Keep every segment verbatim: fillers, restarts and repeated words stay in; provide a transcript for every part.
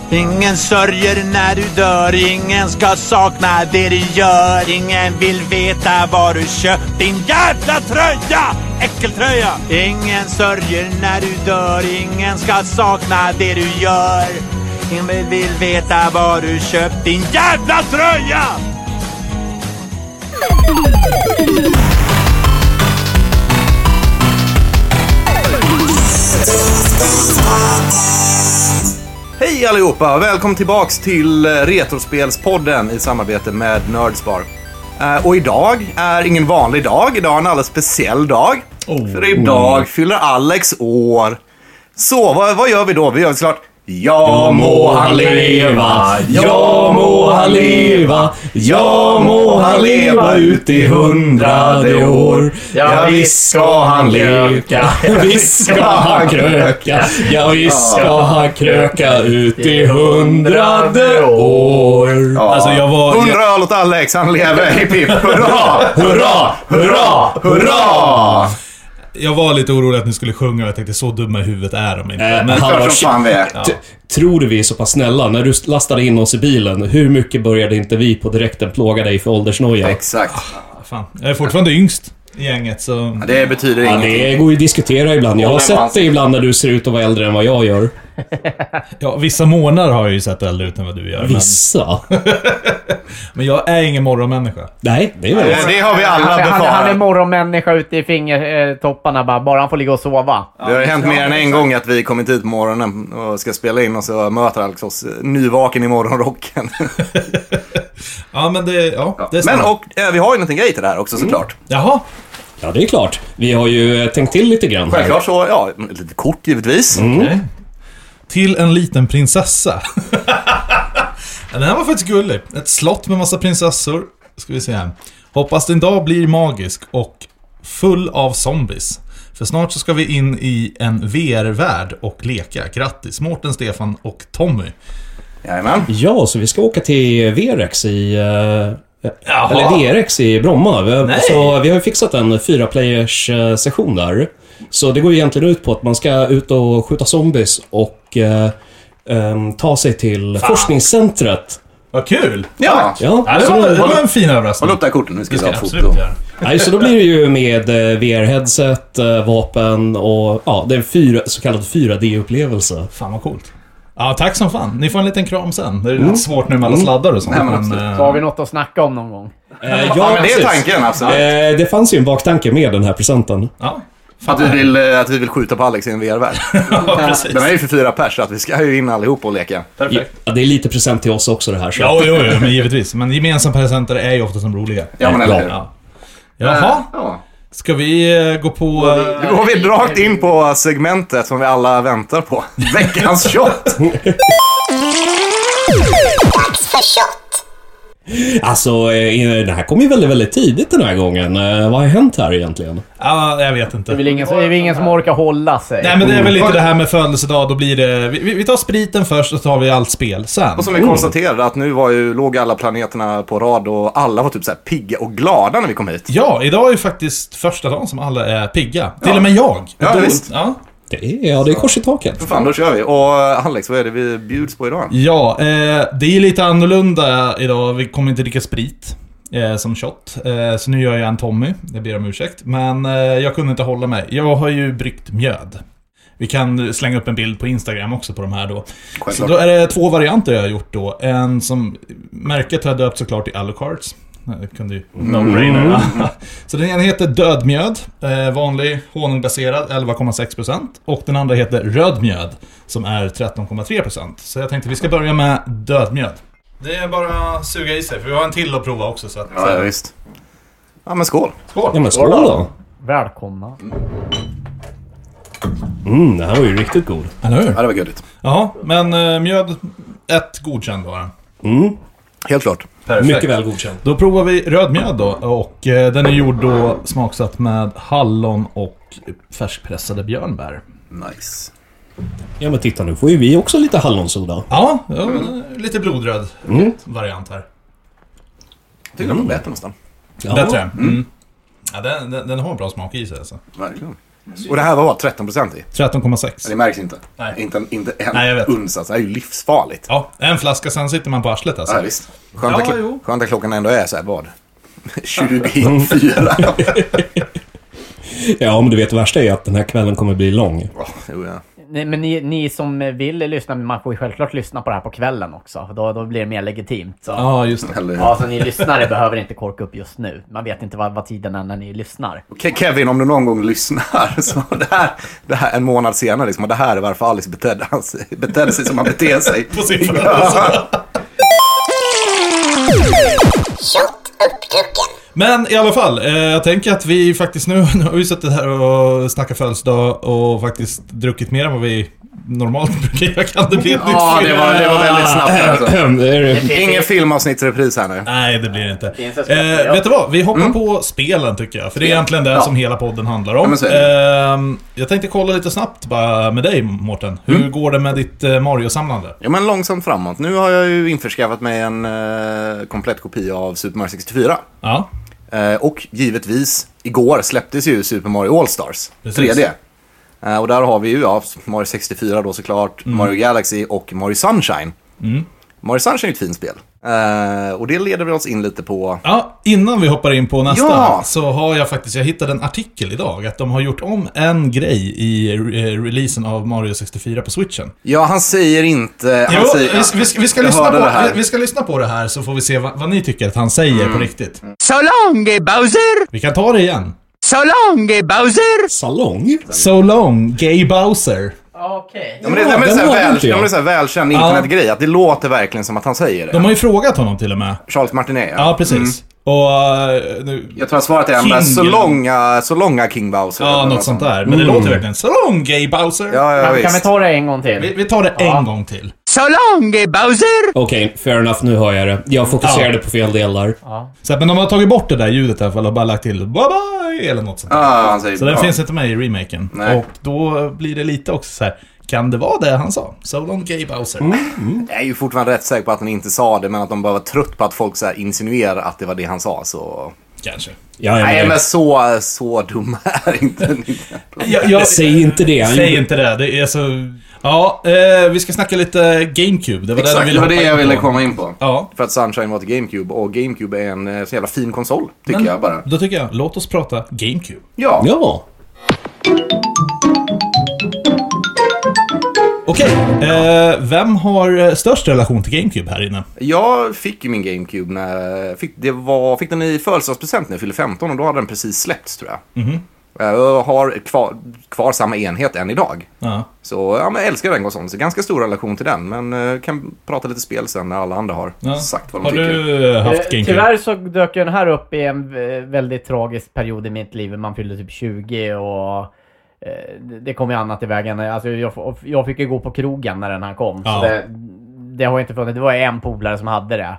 Ingen sörjer när du dör, ingen ska sakna det du gör. Ingen vill veta var du köpt din jävla tröja, äckeltröja. Ingen sörjer när du dör, ingen ska sakna det du gör. Ingen vill veta var du köpt din jävla tröja. Hej allihopa, välkommen tillbaks till Retrospelspodden i samarbete med Nerdspar. Uh, och idag är ingen vanlig dag, idag är en alldeles speciell dag. Oh. För idag fyller Alex år. Så, vad, vad gör vi då? Vi gör såklart Ja må han leva, ja må han leva, ja må han leva ut i hundrade år. Ja visst ska han leka, visst ska han kröka, ja visst ska han kröka ut i hundrade år. Ja. Alltså jag var... Hundra öl åt Alex, han lever, hipp hipp, hurra, hurra, hurra, hurra. Jag var lite orolig att ni skulle sjunga och jag tänkte så dumma i huvudet är de inte. Äh, men klart som fan vi är. Ja. Tror du vi är så pass snälla? När du lastade in oss i bilen, hur mycket började inte vi på direkten plåga dig för åldersnoja? Exakt. Ah, fan. Jag är fortfarande yngst i gänget så... Ja, det betyder ja, ingenting. Det går ju att diskutera ibland. Jag har sett det ibland när du ser ut att vara äldre än vad jag gör. Ja, vissa månader har jag ju sett äldre ut än vad du gör. Vissa? Men, men jag är ingen morgonmänniska. Nej, det är väl. Ja, det har vi alla han, befarat. Han, han är morgonmänniska ute i fingertopparna bara, bara han får ligga och sova. Det har hänt mer än en gång att vi kommit hit på morgonen och ska spela in och så möter Alex oss nyvaken i morgonrocken. Ja, men det, ja, det är men och äh, vi har ju någonting grej till det här också såklart. Mm. Jaha. Ja, det är klart. Vi har ju tänkt till lite grann. Självklart så, ja, lite kort givetvis. Mm. Okay. Till en liten prinsessa. Den här var faktiskt gullig. Ett slott med massa prinsessor. Ska vi se här. Hoppas den dag blir magisk och full av zombies. För snart så ska vi in i en V R-värld och leka. Grattis, Mårten, Stefan och Tommy. Jajamän. Ja, så vi ska åka till V R X i... Uh... Jaha. Eller V R X i Bromma. Vi har, så vi har ju fixat en fyra players session där. Så det går ju egentligen ut på att man ska ut och skjuta zombies och eh, um, ta sig till Fan. forskningscentret. Vad kul! Ja, ja. ja det, var, det var en fin överraskning. Håll upp där korten, nu ska vi ta absolut foto. Nej, så då blir det ju med V R-headset, vapen och ja, det är en fyra, så kallad fyra D-upplevelse. Fan vad coolt. Ja, tack som fan. Ni får en liten kram sen. Det är mm. lite svårt nu med alla sladdar och sånt. Nej, men, men, äh... så har vi något att snacka om någon gång. Eh, ja, ja, men det är tanken, absolut. Eh, det fanns ju en baktanke med den här presenten. Ja. Att vi, vill, att vi vill skjuta på Alex i en V R-värld. Ja, precis. Den är ju för fyra pers, så att vi ska ju in allihop och leka. Perfekt. Ja, det är lite present till oss också det här. Så. Ja, jo, jo, men givetvis. Men gemensamma presenter är ju ofta som roliga. Ja, men eller hur? Ja. Jaha. Ja. Ska vi gå på... Nu går vi rakt in på segmentet som vi alla väntar på. Veckans shot! Alltså, den här kom ju väldigt, väldigt tidigt den här gången. Vad har hänt här egentligen? Ja, jag vet inte. Det är väl ingen, det är väl ingen som orkar hålla sig. Nej, men det är väl lite det här med födelsedag. Då blir det... Vi, vi tar spriten först och så tar vi allt spel sen. Och som vi konstaterade att nu var ju, låg alla planeterna på rad och alla var typ så här pigga och glada när vi kom hit. Ja, idag är ju faktiskt första dagen som alla är pigga. Till ja. och med jag. Ja, då, visst. Ja. Det är, ja, det är kors i taket. Fan, då kör vi. Och Alex, vad är det vi bjuds på idag? Ja, eh, det är lite annorlunda idag. Vi kommer inte dricka sprit eh, som shot. Eh, så nu gör jag en Tommy. Jag ber om ursäkt. Men eh, jag kunde inte hålla mig. Jag har ju bryggt mjöd. Vi kan slänga upp en bild på Instagram också på de här då. Självklart. Så då är det två varianter jag har gjort då. En som märket har döpt såklart i Alucards. Det kunde ju no-brainer. Mm. Så den ena heter dödmjöd, eh, vanlig honungbaserad elva komma sex procent. Och den andra heter rödmjöd som är tretton komma tre procent. Så jag tänkte vi ska börja med dödmjöd. Det är bara att suga i sig, för vi har en till att prova också. Så att, ja, ja, visst. Ja, men skål. Skål. Ja, men skål då. Välkomna. Mm, det här var ju riktigt god. Eller hur? Ja, det var gulligt. Ja, men eh, mjöd ett godkänd var den. Mm. Helt klart. Perfekt. Mycket väl godkänd. Då provar vi rödmjöd då. Och eh, den är gjord då smaksatt med hallon och färskpressade björnbär. Nice. Ja, men titta, nu får ju vi också lite hallonsoda. Ja, ja mm. lite blodröd mm. variant här. Jag tycker mm. den var bättre nästan. Ja. Bättre? Mm. Mm. Ja, den, den, den har bra smak i sig alltså. Verkligen. Och det här var vad, tretton procent i? tretton komma sex. Det märks inte. Nej. Inte, inte en Nej, jag vet. uns. Alltså. Det är ju livsfarligt. Ja, en flaska, sen sitter man på arslet alltså. Ja, visst. Skönt, Ja, att, jo. kl- skönt att klockan ändå är så här, vad? tjugofyra. Ja, men du vet, det värsta är att den här kvällen kommer bli lång. Oh, jo, ja. Nej, men ni, ni som vill lyssna, man får ju självklart lyssna på det här på kvällen också. Då, då blir det mer legitimt. Så. Ja, just det. Eller, Ja, så ni lyssnare behöver inte korka upp just nu. Man vet inte vad, vad tiden är när ni lyssnar. Ke- Kevin, om du någon gång lyssnar så det här, det här en månad senare liksom, och det här är varför Alex betedde, han sig- betedde sig som han beter sig. På sin födelsedag. Men i alla fall, eh, jag tänker att vi faktiskt nu, nu har vi suttit här och snackat födelsedag och faktiskt druckit mer än vad vi normalt brukar göra. Kan det bli ett Ja, nytt det var, det var väldigt snabbt. Alltså. Är det- Ingen filmavsnittsrepris här nu. Nej, det blir det inte. Finns det Eh, spel? Ja. vet du vad? Vi hoppar på spelen tycker jag. För det är egentligen det Ja. som hela podden handlar Ja, om. men så är eh, jag tänkte kolla lite snabbt bara med dig, Mårten. Hur går det med ditt eh, Mario-samlande? Ja, men långsamt framåt. Nu har jag ju införskaffat mig en eh, komplett kopia av Super Mario sextiofyra. Ja. Eh, och givetvis, igår släpptes ju Super Mario All-Stars. Precis. tre D. Eh, och där har vi ju ja, Mario sextiofyra då såklart, Mario Galaxy och Mario Sunshine. Mm. Mario Sunshine är ett fint spel. Eh, och det leder vi oss in lite på... Ja, innan vi hoppar in på nästa Ja. så har jag faktiskt, jag hittade en artikel idag att de har gjort om en grej i eh, releasen av Mario sextiofyra på Switchen. Ja, han säger inte... Han Jo, säger, vi, vi, ska, vi, ska Jag lyssna hörde på, det här. vi, vi ska lyssna på det här så får vi se vad, vad ni tycker att han säger på riktigt. So long, Bowser! Vi kan ta det igen. So long, Bowser! Salong? So long, Gay Bowser. Okej. Ja, men det, Ja, ja, men det, är den så här har väl, inte jag. ja, men det är så här välkänd internetgrej, att det låter verkligen som att han säger det. De har ju frågat honom till och med. Charles Martinet, Ja, precis. Och uh, nu... Jag tror att svaret är King, en så eller- långa, så långa King Bowser. Ja, eller något sånt där. Men det låter verkligen so long, Gay Bowser. Ja, ja, Kan, visst. kan vi ta det en gång till? Vi, vi tar det Ja. en gång till. So long, Bowser! Okej, fair enough, nu hör jag det. Jag fokuserade på fel delar. Ja. Så, men de har tagit bort det där ljudet i alla fall och bara lagt till bye bye eller något sånt där. Ja, han säger Så den bra. finns inte med i remaken. Nej. Och då blir det lite också så här. Kan det vara det han sa? So long, Gay Bowser. Jag är ju fortfarande rätt säker på att han inte sa det, men att de bara var trött på att folk så här insinuerar att det var det han sa, så... Kanske. Ja, jag Nej, menar, men så, så dum är inte... Jag, jag, säg inte det. Han Säg gjorde- inte det. Det är så... Ja, eh, vi ska snacka lite GameCube. Det var det Exakt, du det var det hoppa jag in ville på. komma in på. Ja. För att Sunshine var till GameCube, och GameCube är en eh, så jävla fin konsol, tycker Men jag bara. Då tycker jag, låt oss prata GameCube. Ja. Ja. Okej, eh, vem har störst relation till GameCube här inne? Jag fick ju min GameCube när... Fick, det var, fick den i födelsedagspresent när jag fyllde femton, och då hade den precis släppts, tror jag. Mhm. Jag har kvar, kvar samma enhet än idag. Ja. Så ja, men jag älskar den konsolen, så ganska stor relation till den. Men eh, kan prata lite spel sen när alla andra har Ja. sagt vad de Har tycker. du eh, haft Eh, GameCube? Tyvärr så dök ju den här upp i en eh, väldigt tragisk period i mitt liv. Man fyllde typ tjugo och eh, det- det kom ju annat i vägen. Alltså, jag, jag fick ju gå på krogen när den här kom. Ja. Så det, det har ju inte funnits. Det var en polare som hade det.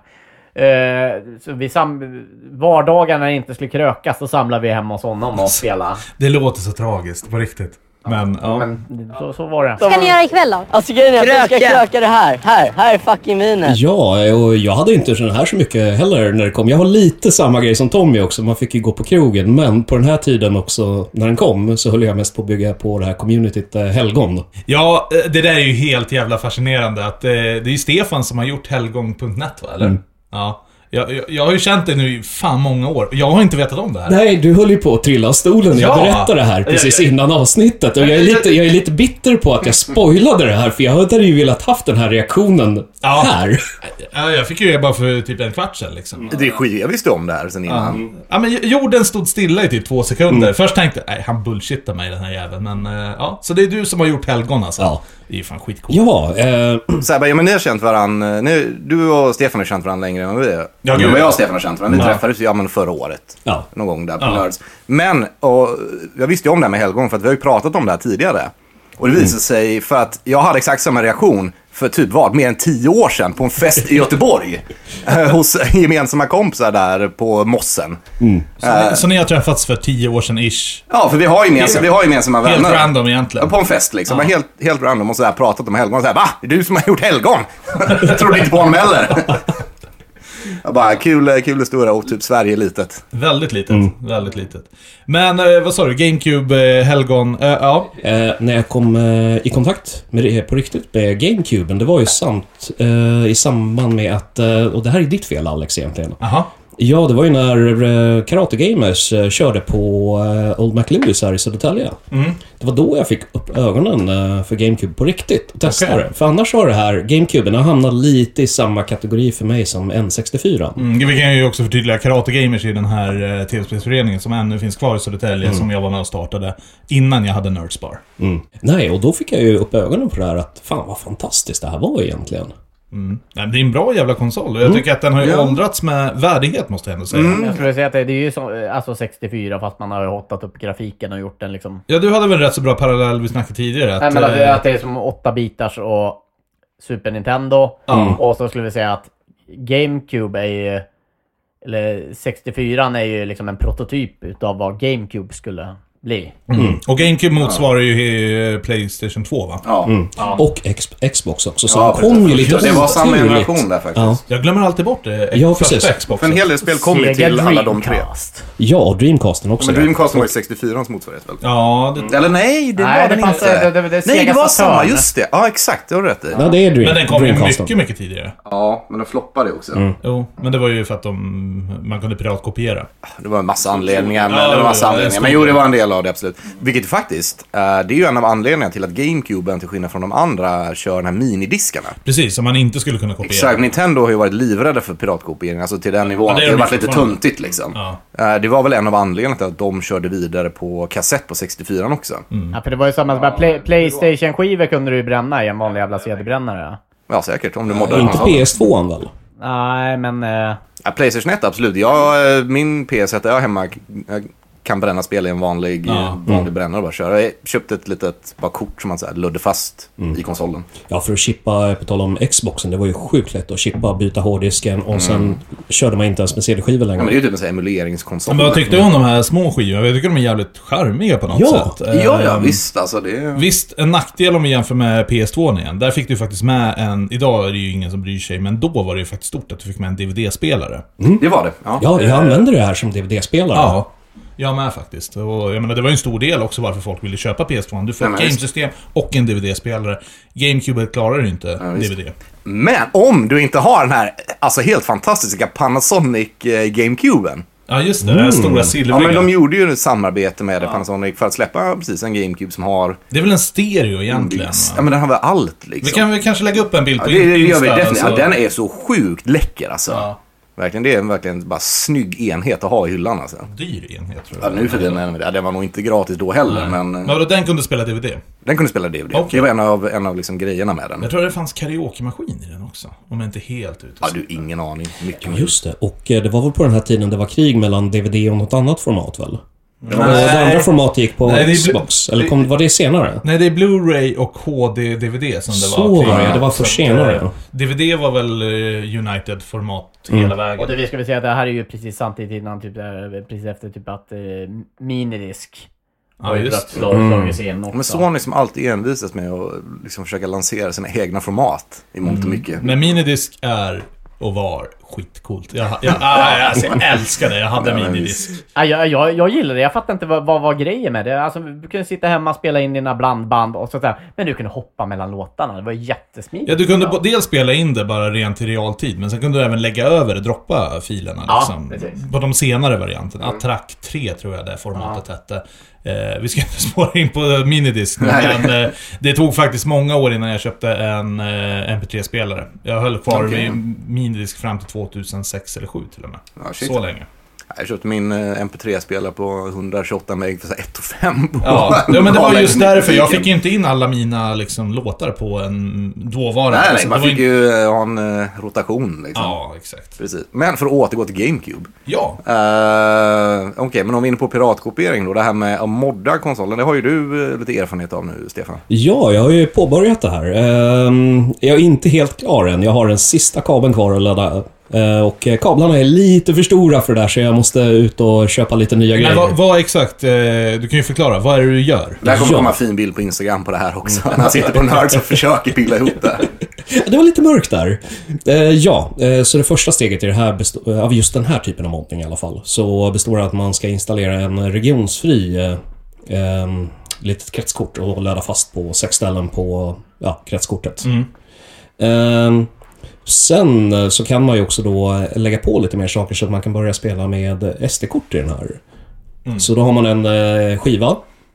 Eh, så vi sam- vardagar när det inte skulle krökas, så samlade vi hemma hos honom och spela. Det låter så tragiskt, på riktigt. Men, ja. Men så, så var det. Vad ska ni göra ikväll då? Alltså grejen är att jag ska kröka det här. Här, här är fucking vinet. Ja, och jag hade inte den här så mycket heller när det kom. Jag har lite samma grej som Tommy också. Man fick ju gå på krogen. Men på den här tiden också, när den kom, så höll jag mest på att bygga på det här communityt eh, Helgon. Ja, eh, det där är ju helt jävla fascinerande. Att, eh, det är ju Stefan som har gjort helgon punkt net, va? Eller? Mm. Ja. Jag, jag, jag har ju känt det nu i fan många år. Jag har inte vetat om det här. Nej, du höll ju på att trilla av stolen när jag Ja. berättade det här precis Ja, ja. innan avsnittet. Och jag är, lite, jag är lite bitter på att jag spoilade det här, för jag hade ju velat haft den här reaktionen Ja. här. Ja, jag fick ju det bara för typ en kvart sedan liksom. Det är skit, jag visste om det här sen innan. Ja, men jorden stod stilla i typ två sekunder. Först tänkte jag, nej, han bullshittar mig den här jäveln. Men eh, ja, så det är du som har gjort helgon alltså. Ja. Det är ju fan skitcoolt. Ja, eh, Så här, bara, ja, men ni har känt varandra, ni, du och Stefan har känt varandra längre än vad vi är. Ja, du gud. och jag och Stefan har känt varandra, vi Ja. träffades ju ja, men förra året. ja. Någon gång där på Ja. Nerds. Men, och jag visste ju om det här med helgon för att vi har ju pratat om det här tidigare. Och det visade sig, för att jag hade exakt samma reaktion för typ vad, mer än tio år sedan på en fest i Göteborg. eh, hos gemensamma kompisar där på Mossen. Så, ni, så ni har träffats för tio år sedan ish. Ja, för vi har gemensamma, vi har gemensamma Helt vänner. random egentligen. På en fest liksom, Ja. men helt, helt random och så här pratat om helgon och så här, va? Det är du som har gjort helgon? Jag trodde inte på honom heller. Ja, bara kul, kul stora och typ Sverige litet. Väldigt litet, mm. väldigt litet. Men eh, vad sa du? GameCube, eh, helgon, eh, ja. Eh, när jag kom eh, i kontakt med det på riktigt med GameCuben, det var ju samt eh, i samband med att, eh, och det här är ditt fel Alex egentligen. Aha. Ja, det var ju när uh, Karate Gamers uh, körde på uh, Old McLouis här i Södertälje. Mm. Det var då jag fick upp ögonen uh, för GameCube på riktigt och testade okay. det. För annars har det här, GameCuben har hamnat lite i samma kategori för mig som N sextiofyra. Mm, vi kan ju också förtydliga Karate Gamers i den här uh, tv-spelsföreningen som ännu finns kvar i Södertälje mm. som jag var med och startade innan jag hade Nerdspar. Mm. Nej, och då fick jag ju upp ögonen på det här att fan vad fantastiskt det här var egentligen. Mm. Nej, det är en bra jävla konsol och jag tycker mm. att den har ju ja. åldrats med värdighet måste jag ändå säga. Mm. Jag skulle säga att det, det är ju som, alltså sextiofyra fast man har hottat upp grafiken och gjort den liksom. Ja, du hade väl rätt så bra parallell vi snackade tidigare. Att, Nej, men att, äh... att det är som åtta bitars och Super Nintendo mm. och så skulle vi säga att GameCube är ju, eller sextiofyra är ju liksom en prototyp utav vad GameCube skulle bli. Mm. Och GameCube motsvarar ju PlayStation två, va? Ja. Mm. ja. Och X- Xbox också. Så ja, kom ju lite det var samma generation där faktiskt. Ja. Jag glömmer alltid bort det. Ja, precis. Xbox. För en hel del spel kom ju till alla de tre. Ja, och Dreamcasten också. Men Dreamcasten var ju sextiofyrans motsvarighet väl? Ja, det... Eller nej, det nej, var det den inte. Det, det, det nej, det var samma, just det. Ja, exakt, det var rätt i. Ja, det är Dream, men den kom ju mycket, mycket tidigare. Ja, men den floppade också. Mm. Jo, men det var ju för att de, man kunde piratkopiera. Det var en massa anledningar, men, ja, det var en massa anledningar. Men jo, det var en del av det, absolut. Vilket faktiskt, det är ju en av anledningarna till att GameCube, till skillnad från de andra, kör de här minidiskarna. Precis, som man inte skulle kunna kopiera. Exakt, Nintendo har ju varit livrädda för piratkopiering, alltså till den nivån ja, det, det har varit lite tuntigt liksom. Ja. Det var väl en av anledningarna till att de körde vidare på kassett på sextiofyran också. Mm. Ja, för det var ju samma som att play, Playstation-skivor kunde du ju bränna i en vanlig jävla C D-brännare. Ja, säkert, om du moddade. Inte P S två väl? Nej, men... Uh... Ja, PlayStation ett, absolut. Jag, min P S ett är jag hemma... Jag, kan bränna spel i en vanlig, ja. vanlig mm. brännare och bara köra. Jag köpte ett litet bara kort som man så här lödde fast mm. i konsolen. Ja, för att chippa, på tal om Xboxen, det var ju sjukt lätt att chippa, byta hårddisken och mm. sen körde man inte ens med C D-skivor längre. Ja, men det är ju typ en sån här emuleringskonsol. Men vad tyckte du om de här små skivorna? Jag tycker de är jävligt charmiga på något ja. sätt. Ja, ja, visst. Alltså det... Visst, en nackdel om vi jämför med P S två igen. Där fick du faktiskt med en... Idag är det ju ingen som bryr sig, men då var det ju faktiskt stort att du fick med en D V D-spelare. Mm. Det var det, ja. Ja, jag använder det här som D V D-spelare. Ja. Jag med faktiskt. Och jag menar, det var ju en stor del också varför folk ville köpa P S två. Du får ett gamesystem och en D V D-spelare. GameCube klarar inte ja, D V D. Men om du inte har den här alltså helt fantastiska Panasonic eh, GameCuben. Ja, just det. Mm. Den stora silvriga. Ja, men de gjorde ju ett samarbete med ja. Panasonic för att släppa precis en GameCube som har... Det är väl en stereo egentligen? Ja, men den har väl allt liksom. Vi kan väl kanske lägga upp en bild på ja, det, det Insta. Gör vi definitivt. Alltså. Ja, den är så sjukt läcker alltså. Ja. Verkligen, det är en verkligen bara snygg enhet att ha i hyllan alltså. Dyr enhet tror jag. Ja, nu för den, ja, den var nog inte gratis då heller. Nej. Men, men vadå, den kunde spela D V D? Den kunde spela D V D. Okay. Det var en av, en av liksom grejerna med den. Jag tror det fanns karaoke-maskin i den också. Om jag inte helt ute. Ja, du, ingen aning. Mycket ja, just det. Och eh, det var väl på den här tiden det var krig mellan D V D och något annat format väl? Nej. Och det andra formatet gick på Nej, Xbox. Eller kom, var det senare? Nej, det är Blu-ray och H D-D V D som det så var. Så var det, det var för senare. D V D var väl United-format mm. hela vägen. Och det vi ska väl säga att det här är ju precis samtidigt innan, typ, precis efter typ att eh, minidisk. Ja, just det. Mm. Men Sony som alltid envisas med att liksom försöka lansera sina egna format i mångt och mycket. Mm. Men minidisk är och var skitcoolt. Jag, jag, jag, alltså, jag älskar det. Jag hade minidisk. Ja, jag, jag, jag gillar det. Jag fattar inte vad, vad var grejen med det. Alltså, du kunde sitta hemma och spela in dina blandband och sådär. Men du kunde hoppa mellan låtarna. Det var jättesmidigt. Ja, du kunde ja. dels spela in det bara rent i realtid. Men sen kunde du även lägga över och droppa filerna. Liksom, ja, på de senare varianterna. Mm. Attract tre tror jag det formatet ja. hette. Eh, vi ska inte spåra in på minidisk. Men eh, det tog faktiskt många år innan jag köpte en eh, M P tre-spelare. Jag höll kvar okay. med minidisk fram till tvåtusensex eller sju till och med. Ja, så länge. Jag köpte min M P tre-spelare på etthundratjugoåtta meg för ett komma fem på. Ja. ja, men det var just därför. Jag fick inte in alla mina liksom, låtar på en dåvarande. Nej, nej, alltså, man fick in... ju ha en uh, rotation. Liksom. Ja, exakt. Precis. Men för att återgå till GameCube. Ja. Uh, Okej, okay, men om vi är inne på piratkopiering då. Det här med att modda konsolen, det har ju du uh, lite erfarenhet av nu, Stefan. Ja, jag har ju påbörjat det här. Uh, jag är inte helt klar än. Jag har den sista kabeln kvar att ladda Uh, och kablarna är lite för stora för det där, så jag måste ut och köpa lite nya Men grejer. vad, vad exakt, eh, du kan ju förklara, vad är det du gör? Där kommer Ja. komma en fin bild på Instagram på det här också. När han sitter på Nerds och försöker pilla ihop det. Det var lite mörkt där. Uh, ja, uh, så det första steget i det här består, av just den här typen av moddning i alla fall, så består det att man ska installera en regionsfri uh, um, litet kretskort och ladda fast på sex ställen på ja, kretskortet. Mm. Um, sen så kan man ju också då lägga på lite mer saker så att man kan börja spela med S D-kort i den här. Mm. Så då har man en uh, skiva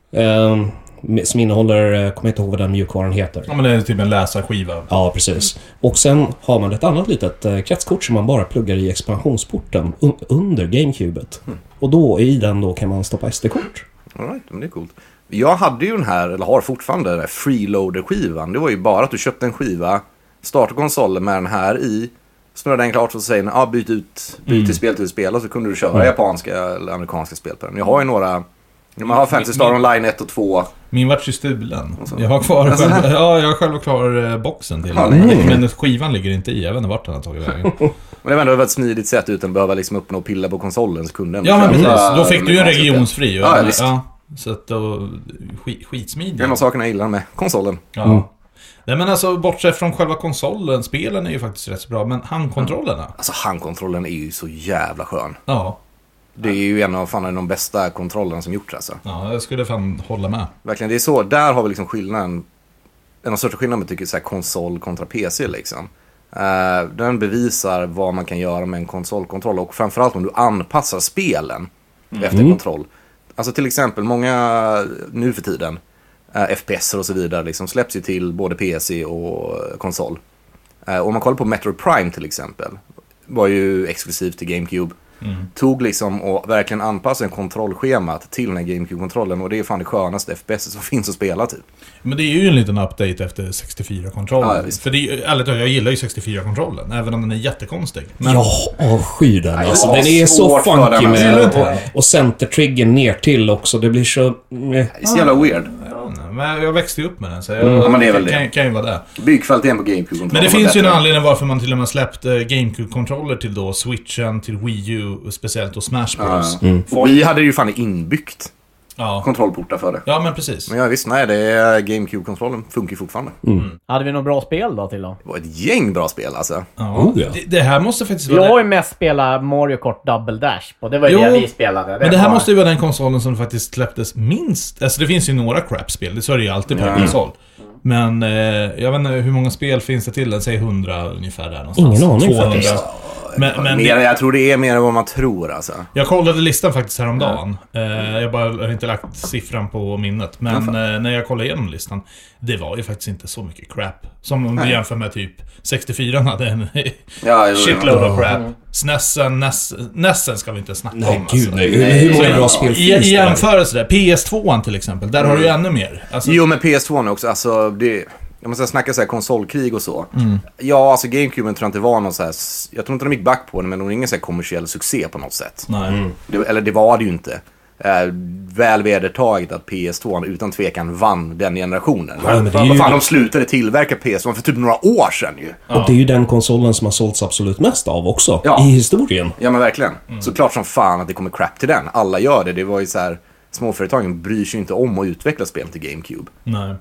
um, som innehåller, jag kommer inte ihåg vad den mjukvaran heter. Ja, men det är typ en läsarskiva. Ja, precis. Och sen har man ett annat litet uh, kretskort som man bara pluggar i expansionsporten un- under GameCubet. Mm. Och då i den då kan man stoppa S D-kort. All right, men det är coolt. Jag hade ju den här, eller har fortfarande den här freeloader-skivan. Det var ju bara att du köpte en skiva, startade konsolen med den här i, snurrade den klart och så säger den, ah, byt ut, byt Mm. till spel till spel, och så kunde du köra mm. japanska eller amerikanska spel på den. Jag har ju några, man har Fantasy Star Online ett och två. Min vart ju stulen. Jag har kvar själv, ja, jag har själv kvar eh, boxen till Ja, den. nej. Men skivan ligger inte i, jag vet inte vart den har tagit vägen. Men det var ändå ett smidigt sätt utan att behöva liksom upp och pilla på konsolen, så kunde den Ja, men köra precis. Då fick du ju en amerikanska spel. regionsfri. Ja, visst. Ja, så att då, skit, skitsmidigt. Det är en av sakerna jag gillar med konsolen. Ja. Mm. Nej, men alltså bortsett från själva konsolen, spelen är ju faktiskt rätt så bra, men handkontrollerna. Alltså handkontrollen är ju så jävla skön. Ja. Det är ju en av fan, de bästa kontrollerna som gjorts alltså. Ja, jag skulle fan hålla med. Verkligen, det är så, där har vi liksom skillnaden. En av de största skillnaderna tycker jag så här, konsol kontra P C liksom. Uh, den bevisar vad man kan göra med en konsolkontroll, och framförallt om du anpassar spelen mm. efter kontroll. Alltså till exempel många nu för tiden uh, F P S och så vidare liksom släpps ju till både P C och konsol. Uh, om man kollar på Metroid Prime till exempel, var ju exklusivt till GameCube. Mm. Tog liksom och verkligen anpassade en kontrollschemat till den här GameCube-kontrollen, och det är fan det skönaste F P S som finns att spela typ. Men det är ju en liten update efter sextiofyra-kontrollen. Ja, för det är, ärligt talat, jag gillar ju sextiofyra-kontrollen, även om den är jättekonstig. Men... Jag avskyr den. Nej, Alltså, jag den är så svårt för funky den, med alltså. och, och centertriggen ner till också. Det blir så... Det är så jävla weird. Ja, men jag växte ju upp med den, så jag Mm. Ja, men det är väl kan, det. kan ju vara det. Byggkvaliteten på GameCube-kontrollen. Men det var finns ju en bättre. anledning varför man till och med släppt eh, GameCube-kontroller till då Switchen, till Wii U, speciellt då Smash Bros. Ja. Och vi hade ju fan inbyggt Ja. kontrollportar för det. Ja, men precis. Men jag visst, nej, det är GameCube-kontrollen funkar ju fortfarande. Mm. Hade vi något bra spel då till då? Det var ett gäng bra spel alltså. Ja. Oh, ja. Det, det här måste faktiskt Jag vara... har ju mest spelat Mario Kart Double Dash på. Det var ju Jo, det vi spelade. Men det här var... måste ju vara den konsolen som faktiskt släpptes minst... Alltså det finns ju några crap-spel, det så är det ju alltid på en Ja. konsol. Men eh, jag vet inte hur många spel finns det till den, säg hundra ungefär där någonstans. Ingen aning tvåhundra. faktiskt. Men, men mer, det, jag tror det är mer än vad man tror alltså. jag kollade listan faktiskt häromdagen. Eh, jag bara har inte lagt siffran på minnet. Men eh, när jag kollade igenom listan, det var ju faktiskt inte så mycket crap. Som om du jämför med typ sextiofyra hade en Ja, jo, shitload jo. of crap. Snessen, Ness, Nessen ska vi inte snacka Nej, om. gud alltså. nej. Hur, hur många bra spel I, finns I det där? jämförelse där, P S två till exempel, där har du ju ännu mer. Alltså, Jo, men P S två också, alltså det... Jag måste snacka så här konsolkrig och så. Mm. Ja, alltså GameCube tror jag inte var någon så här... Jag tror inte de gick back på det, men det var ingen så här kommersiell succé på något sätt. nej. Mm. Det, eller det var det ju inte. Eh, väl vedertaget att P S två utan tvekan vann den generationen. Ja, men det är Vad ju- fan, de slutade tillverka P S två för typ några år sedan ju. Och det är ju den konsolen som har sålts absolut mest av också. Ja. I historien. Ja, men verkligen. Såklart som fan att det kommer crap till den. Alla gör det. Det var ju så här... Småföretagen bryr sig inte om att utveckla spel till GameCube. Nej.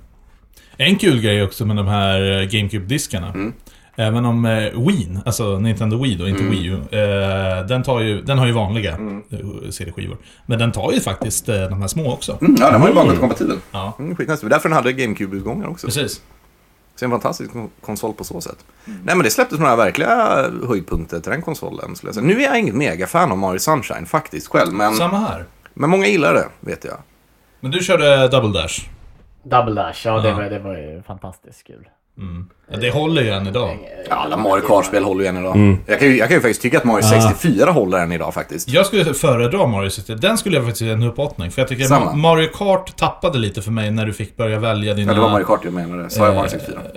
En kul grej också med de här eh, GameCube-diskarna. Mm. Även om eh, Wii, alltså Nintendo Wii då, inte Mm. Wii U. Eh, den, tar ju, den har ju vanliga Mm. eh, C D-skivor. Men den tar ju faktiskt eh, de här små också. Mm, ja, den var ju bakåtkompatibel. Ja, Mm, skitnästigt. Därför den hade GameCube-utgångar också. precis. Så det är en fantastisk kon- konsol på så sätt. Nej, men det släpptes några verkliga höjdpunkter till den konsolen, skulle jag säga. Nu är jag inget mega-fan av Mario Sunshine faktiskt själv, men, Samma här. men många gillar det, vet jag. Men du körde Double Dash. Double Dash, ja, det, Ja. var, det var ju fantastiskt kul. Mm. Ja, det håller ju än idag. Alla Mario Kart-spel håller ju än idag. Jag, kan ju, jag kan ju faktiskt tycka att Mario sextiofyra håller än idag faktiskt. Jag skulle föredra Mario sextio. Den skulle jag faktiskt ge en uppåtning. För jag tycker Samma. Mario Kart tappade lite för mig när du fick börja välja dina... Ja, det var Mario Kart jag menade. Sa jag Mario sextiofyra?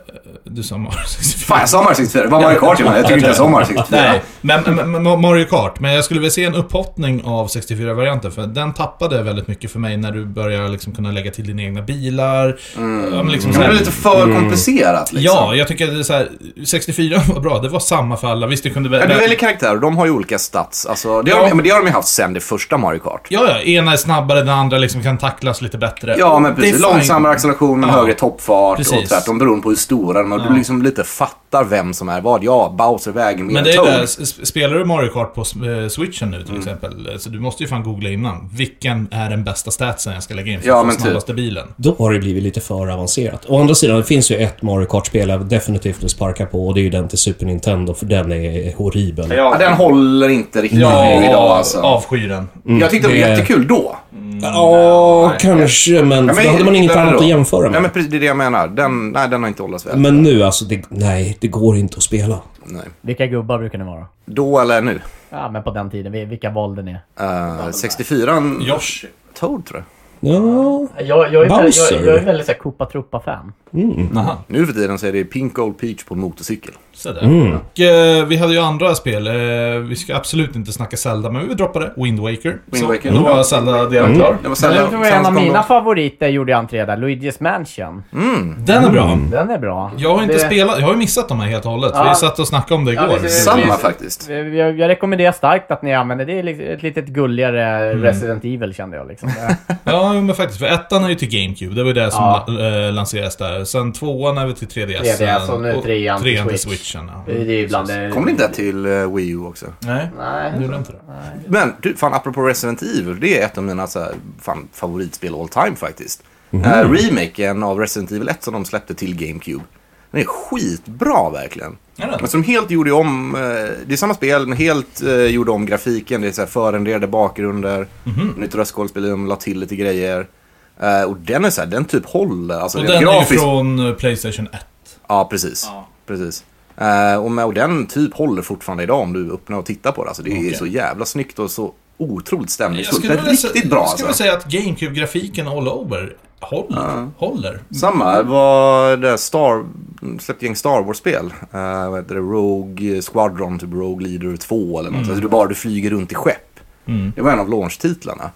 Du sa Mario sextiofyra. Fan, jag sa Mario sextiofyra. Det var Mario Kart, jag tycker inte jag sa Mario sextiofyra. Nej, men, men, men Mario Kart. Men jag skulle väl se en upphottning av sextiofyra-varianten. För den tappade väldigt mycket för mig när du börjar liksom kunna lägga till dina egna bilar. Mm. Liksom det är lite för mm. komplicerat. Liksom. Ja, jag tycker att det är så här, sextiofyra var bra. Det var samma för alla. Visst, det kunde... Ja, du väljer karaktärer. De har ju olika stats. Alltså, det, ja. har de, men det har de ju haft sen det första Mario Kart. Ja, ja. Ena är snabbare, den andra liksom kan tacklas lite bättre. Ja, men precis. Långsammare acceleration, men ja. högre toppfart. Precis. Och tvärtom beroende på hur stora de är. Ja. Du liksom lite fattar vem som är vad. Ja, Bowser väger mer. Men det är där, spelar du Mario Kart på Switchen nu till mm. exempel, så du måste ju fan googla innan. Vilken är den bästa statsen jag ska lägga in för ja, den snabbaste typ. bilen? Då har det blivit lite för avancerat. Å andra sidan, det finns ju ett Mario Kart-spel jag definitivt vill sparka på, och det är ju den till Super Nintendo, för den är horribel. Ja, den håller inte riktigt ja, idag alltså. Avskyr den. Mm. Jag tyckte det var jättekul då. Mm. Ja, nej, kanske, men, ja, men då hade man inget annat då. att jämföra med. Ja, men precis det är det jag menar. Den, nej, den har inte hållits väl. Men nu, alltså, det, nej, det går inte att spela. Nej. Vilka gubbar brukar ni vara? Då eller nu? Ja, men på den tiden. Vilka valde ni? Uh, sextiofyra Yoshi. Toad, tror jag. Ja, jag, jag, är, väldigt, jag, jag är väldigt såhär Koopa-Troopa-fan. Mm. Nu för tiden så är det Pink Old Peach på en motorcykel. Så där. Mm. Och, eh, vi hade ju andra spel. Eh, vi ska absolut inte snacka Zelda, men vi droppade Wind Waker. Wind Waker. Så, då var Zelda-delen mm. klar. Det var, Zelda, det var en av mina favoriter gjorde jag entré där, Luigi's Mansion. Mm. Den är bra. Mm. Den är bra. Jag har inte det... spelat, jag har ju missat dem här helt och hållet. Ja. Vi satt och snackade om det igår. Ja, det, Samma det, faktiskt. Jag, jag rekommenderar starkt att ni använder det. Det är ett litet gulligare mm. Resident Evil, kände jag liksom. Ja, men faktiskt. För ettan är ju till GameCube. Det var ju det som ja. la, äh, lanseras där. Sen tvåan är vi till tre D S. tre D S och nu trean till Switch. Switchen. Ja. Det är ibland det... Kommer det inte till uh, Wii U också? Nej, Nej. det gjorde inte det. Nej. Men du, fan, apropå Resident Evil, det är ett av mina så här, fan, favoritspel all time faktiskt. Mm-hmm. Uh, remaken av Resident Evil ett som de släppte till GameCube. Den är skitbra verkligen. Ja, men som helt gjorde om, uh, det är samma spel, men helt uh, gjorde om grafiken. Det är så här förändrade bakgrunder, mm-hmm. nytt röstskådespel, de la till lite grejer. Uh, och den är så här, den typ håller. Alltså, och den grafiskt... är ju från PlayStation ett. Ja, precis. Ja. Precis. Uh, och, med, och den typ håller fortfarande idag om du öppnar och tittar på det. Alltså, det är okay. så jävla snyggt och så otroligt stämningsfullt. Det är riktigt sä- bra. Jag skulle alltså. säga att GameCube-grafiken all over håller. Uh, håller. Samma var det Star släppte gäng Star Wars-spel. Uh, vad heter det? Rogue Squadron, typ Rogue Leader två eller något. Mm. Alltså, du bara du flyger runt i skepp. Mm. Det var en av launch-titlarna.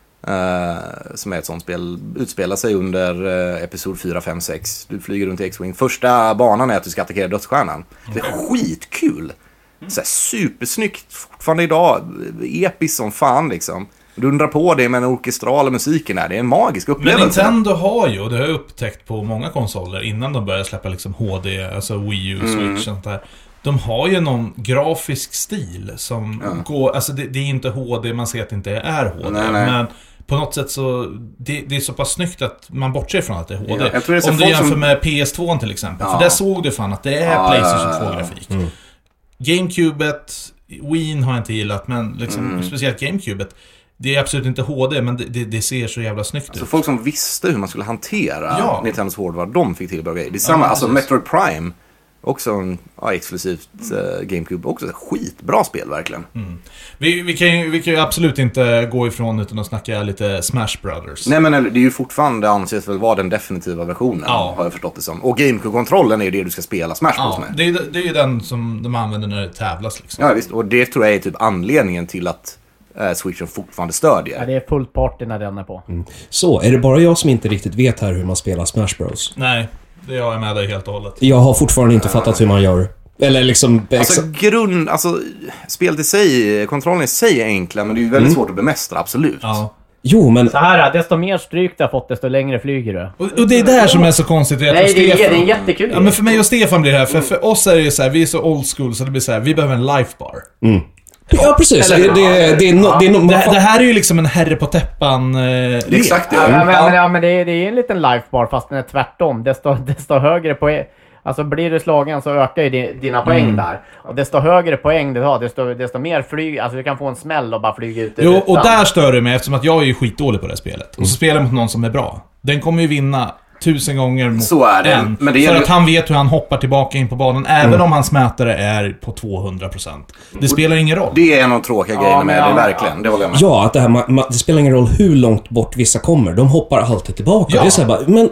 Uh, som är ett sånt spel, utspelar sig under uh, episod fyra, fem, sex. Du flyger runt i X-Wing. Första banan är att du ska attackera dödsstjärnan. Okay. Det är skitkul. Så här, supersnyggt fortfarande idag. Episkt som fan liksom. Du undrar på det med den orkestrala musiken här. Det är en magisk upplevelse. Men Nintendo har ju, och det har jag upptäckt på många konsoler innan de började släppa liksom H D, alltså Wii U, Switch mm. och sånt där. De har ju någon grafisk stil som ja. går, alltså det, det är inte H D, man ser att det inte är H D, nej, nej. men på något sätt så det, det är så pass snyggt att man bortser från att det är H D. Ja, jag tror det är om du jämför som... med P S två till exempel, ja. för där såg du fan att det är ja, PlayStation två-grafik. Mm. GameCubet, Wii har jag inte gillat, men liksom, mm. speciellt GameCubet, det är absolut inte H D, men det, det, det ser så jävla snyggt alltså, ut. Folk som visste hur man skulle hantera ja. Nintendos hårdvara, de fick till bra grejer. Det är samma, ja, alltså Metroid Prime, också en ja, exklusivt uh, GameCube, också ett skitbra spel verkligen. Mm. Vi, vi, kan ju, vi kan ju absolut inte gå ifrån utan att snacka lite Smash Brothers. Nej, men det är ju fortfarande anses väl vara den definitiva versionen, ja. har jag förstått det som. Och GameCube-kontrollen är ju det du ska spela Smash Bros. Ja, med. Det är, det är ju den som de använder när det tävlas liksom. Ja, visst. Och det tror jag är typ anledningen till att uh, Switchen fortfarande stödjer. Ja, det är fullt party när den är på. Mm. Så, är det bara jag som inte riktigt vet här hur man spelar Smash Bros? Nej. Det har jag med dig helt och hållet. Jag har fortfarande inte fattat hur man gör. Eller liksom... Alltså grund... Alltså, spelet i sig... Kontrollen i sig är enkla, men det är ju väldigt mm. svårt att bemästra, absolut. Ja. Jo, men... Så här, desto mer stryk du har fått, desto längre flyger du. Och, och det är det här som är så konstigt. Nej, det är, Stefan, det är jättekul. Ja, men för mig och Stefan blir det här. För, för oss är det ju så här, vi är så old school, så det blir så här, vi behöver en lifebar. Mm. Ja, precis. Eller, det, det, det, är no, ja. det, är no, det, det här är ju liksom en herre på täppan eh, exakt det. Ja, men, men, ja, men det, är, det är en liten lifebar, fast den är tvärtom. Desto, desto högre poäng... Alltså blir du slagen så ökar ju dina poäng mm. där. Och desto högre poäng du har, desto, desto mer flyg... Alltså du kan få en smäll och bara flyga ut. Jo, och där stör det mig eftersom att jag är ju skitdålig på det här spelet. Och så spelar jag mot någon som är bra. Den kommer ju vinna tusen gånger mot så är det. en. Men det är för ju... att han vet hur han hoppar tillbaka in på banan. Även mm. om hans mätare är på tvåhundra procent. Det spelar ingen roll. Det är en av de tråkiga ja, grejerna med ja, det, verkligen. Det håller jag med. Ja, att det här, man, det spelar ingen roll hur långt bort vissa kommer. De hoppar alltid tillbaka. Ja. Det är så här bara, men...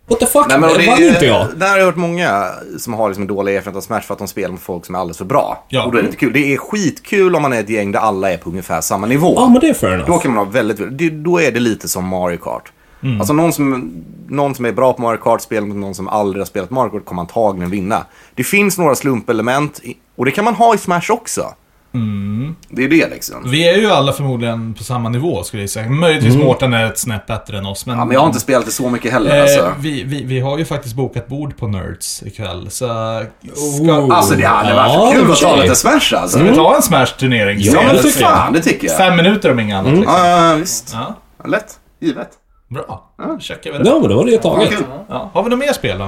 What the fuck? Nej, men det det vann inte jag. Där har jag hört många som har liksom dåliga erfarenhet av Smash för att de spelar med folk som är alldeles för bra. Ja. Och då är det lite kul. Det är skitkul om man är ett gäng där alla är på ungefär samma nivå. Ja, men det är fair enough. Då kan man ha väldigt... Det, då är det lite som Mario Kart. Mm. Alltså någon som, någon som är bra på Mario Kart spelar med någon som aldrig har spelat Mario Kart kommer antagligen vinna. Det finns några slumpelement och det kan man ha i Smash också. Mm. Det är det liksom. Vi är ju alla förmodligen på samma nivå skulle jag säga. Möjligtvis mm. Mårten är ett snäpp bättre än oss. Men, ja, men jag har inte spelat det så mycket heller. Eh, alltså. vi, vi, vi har ju faktiskt bokat bord på Nerds ikväll. Så ska... Oh. Alltså det hade varit ja, kul att ta lite Smash alltså. Ska vi ta en Smash-turnering? Ja, men för fan, det tycker jag. Fem minuter om inget annat. Mm. Liksom. Ja, visst. Ja. Lätt, givet. Bra, ja. Checkar vi det. Ja, men då var det ju taget. Ja. Ja. Har vi något mer spel då?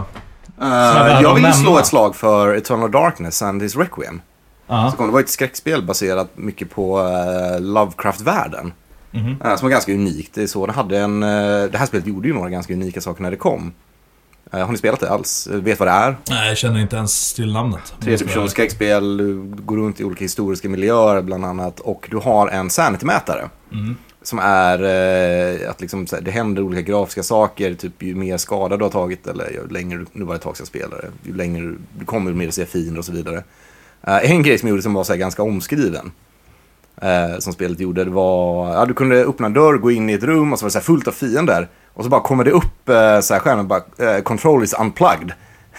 Uh, jag vill slå ett slag för Eternal Darkness and His Requiem. Uh-huh. Så det var ett skräckspel baserat mycket på uh, Lovecraft-världen. Mm-hmm. Uh, som var ganska unikt. Det är så, det, hade en, uh, det här spelet gjorde ju några ganska unika saker när det kom. Uh, har ni spelat det alls? Vet vad det är? Nej, jag känner inte ens till namnet. Tredjepersons skräckspel, du går runt i olika historiska miljöer bland annat. Och du har en sanity-mätare. Mm. Som är uh, att liksom, det händer olika grafiska saker. Typ ju mer skada du har tagit eller ju längre, nu var det ett tag sedan spelare. Ju längre du kommer, ju mer du ser fiender och så vidare. Uh, en grej som gjorde som var så här ganska omskriven uh, som spelet gjorde, det var ja, du kunde öppna en dörr, gå in i ett rum och så var det så här fullt av fiender och så bara kommer det upp uh, så här skärmen bara, uh, control is unplugged.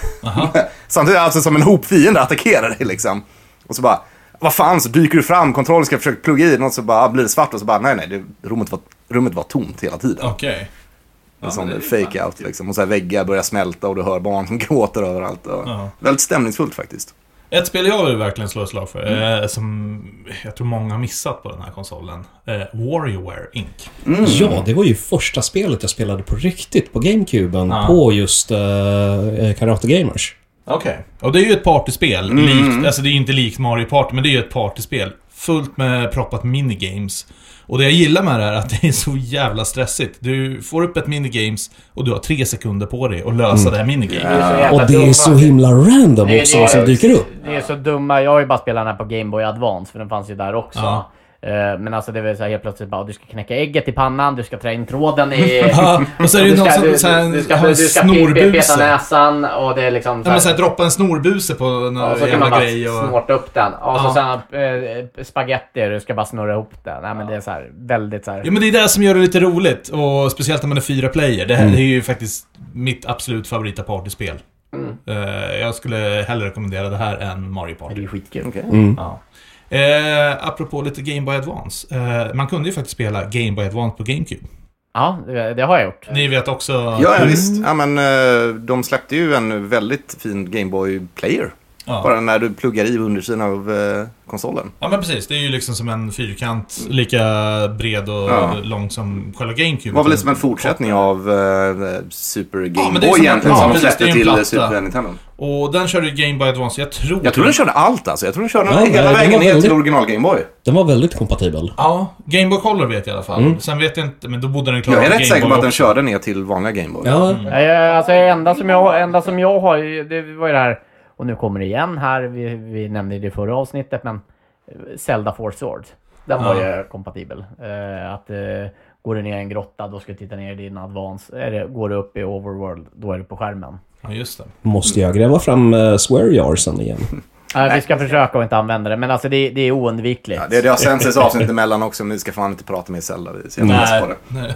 Samtidigt alltså som en hop fiender attackerar dig liksom. Och så bara, vad fan, så dyker du fram, kontrollen ska försöka plugga i den och så bara blir det svart och så bara, nej nej, det, rummet, var, rummet var tomt hela tiden. Okej. Okay. Ja, som fake out liksom. Och så här väggar börjar smälta och du hör barn som gråter överallt. Och uh-huh. Väldigt stämningsfullt faktiskt. Ett spel jag vill verkligen slå ett slag för, mm. eh, som jag tror många har missat på den här konsolen, eh, WarioWare Incorporated. Mm. Ja, det var ju första spelet jag spelade på riktigt på GameCuben ah. på just uh, Karate Gamers. Okej, okay. Och det är ju ett partyspel, mm. likt, alltså det är ju inte likt Mario Party, men det är ju ett partyspel fullt med proppat minigames. Och det jag gillar med det är att det är så jävla stressigt. Du får upp ett minigames och du har tre sekunder på dig att lösa mm. det här minigames. Ja. Och det är så himla random det, också det, som dyker upp. Det är så dumma. Jag har ju bara spelat den här på Game Boy Advance, för den fanns ju där också. Ja. Men alltså det vill säga helt plötsligt bara, du ska knäcka ägget i pannan, du ska trä in tråden i... Ja, och så är det ju någon som du, såhär, du ska, du ska peta näsan och det är liksom... Så ja, men såhär, droppa en snorbuse på någon så jävla grej och... snorta upp den. Och ja. Så sen äh, spaghetti, du ska bara snurra ihop den. Nej men det är så här väldigt så här... Ja men det är det som gör det lite roligt. Och speciellt när man är fyra player. Det här mm. är ju faktiskt mitt absolut favorita partyspel. Mm. Uh, jag skulle hellre rekommendera det här än Mario Party. Det är skitkul. Okay. Mm. Ja. Eh, apropå lite Game Boy Advance. Eh, man kunde ju faktiskt spela Game Boy Advance på GameCube. Ja, det har jag gjort. Ni vet också... Ja, ja visst. Ja, men, eh, de släppte ju en väldigt fin Game Boy Player. Ja. Bara när du pluggar i undersidan av eh, konsolen. Ja, men precis. Det är ju liksom som en fyrkant, lika bred och ja. lång som själva GameCube. Det var väl liksom en fortsättning av eh, Super Game ja, Boy egentligen som, ja, som släppte till Super Nintendo. Och den körde Game Boy Advance, jag tror... Jag tror den körde allt alltså. Jag tror den körde ja, hela nej, vägen ner väldigt... till original Game Boy. Den var väldigt kompatibel. Ja, Game Boy Color vet jag i alla fall. Mm. Sen vet jag inte, men då bodde den klar. Jag är rätt Game säker Boy på att den också. körde ner till vanliga Game Boy. Ja. Mm. Mm. Alltså enda som, jag, enda som jag har, det var ju det här... Och nu kommer det igen här, vi, vi nämnde det i förra avsnittet, men Zelda Four Swords, den var ja. ju kompatibel. Uh, att uh, går du ner i en grotta, då ska du titta ner i din Advance. Eller går du upp i Overworld, då är du på skärmen. Ja, just det. Måste jag gräva fram uh, Swear Jarsen igen? Uh, vi ska försöka att inte använda det, men alltså det, det är oundvikligt. Ja, det, det har sänts ett avsnitt emellan också, men vi ska fan inte prata med Zelda. Vi nej, på det. Nej.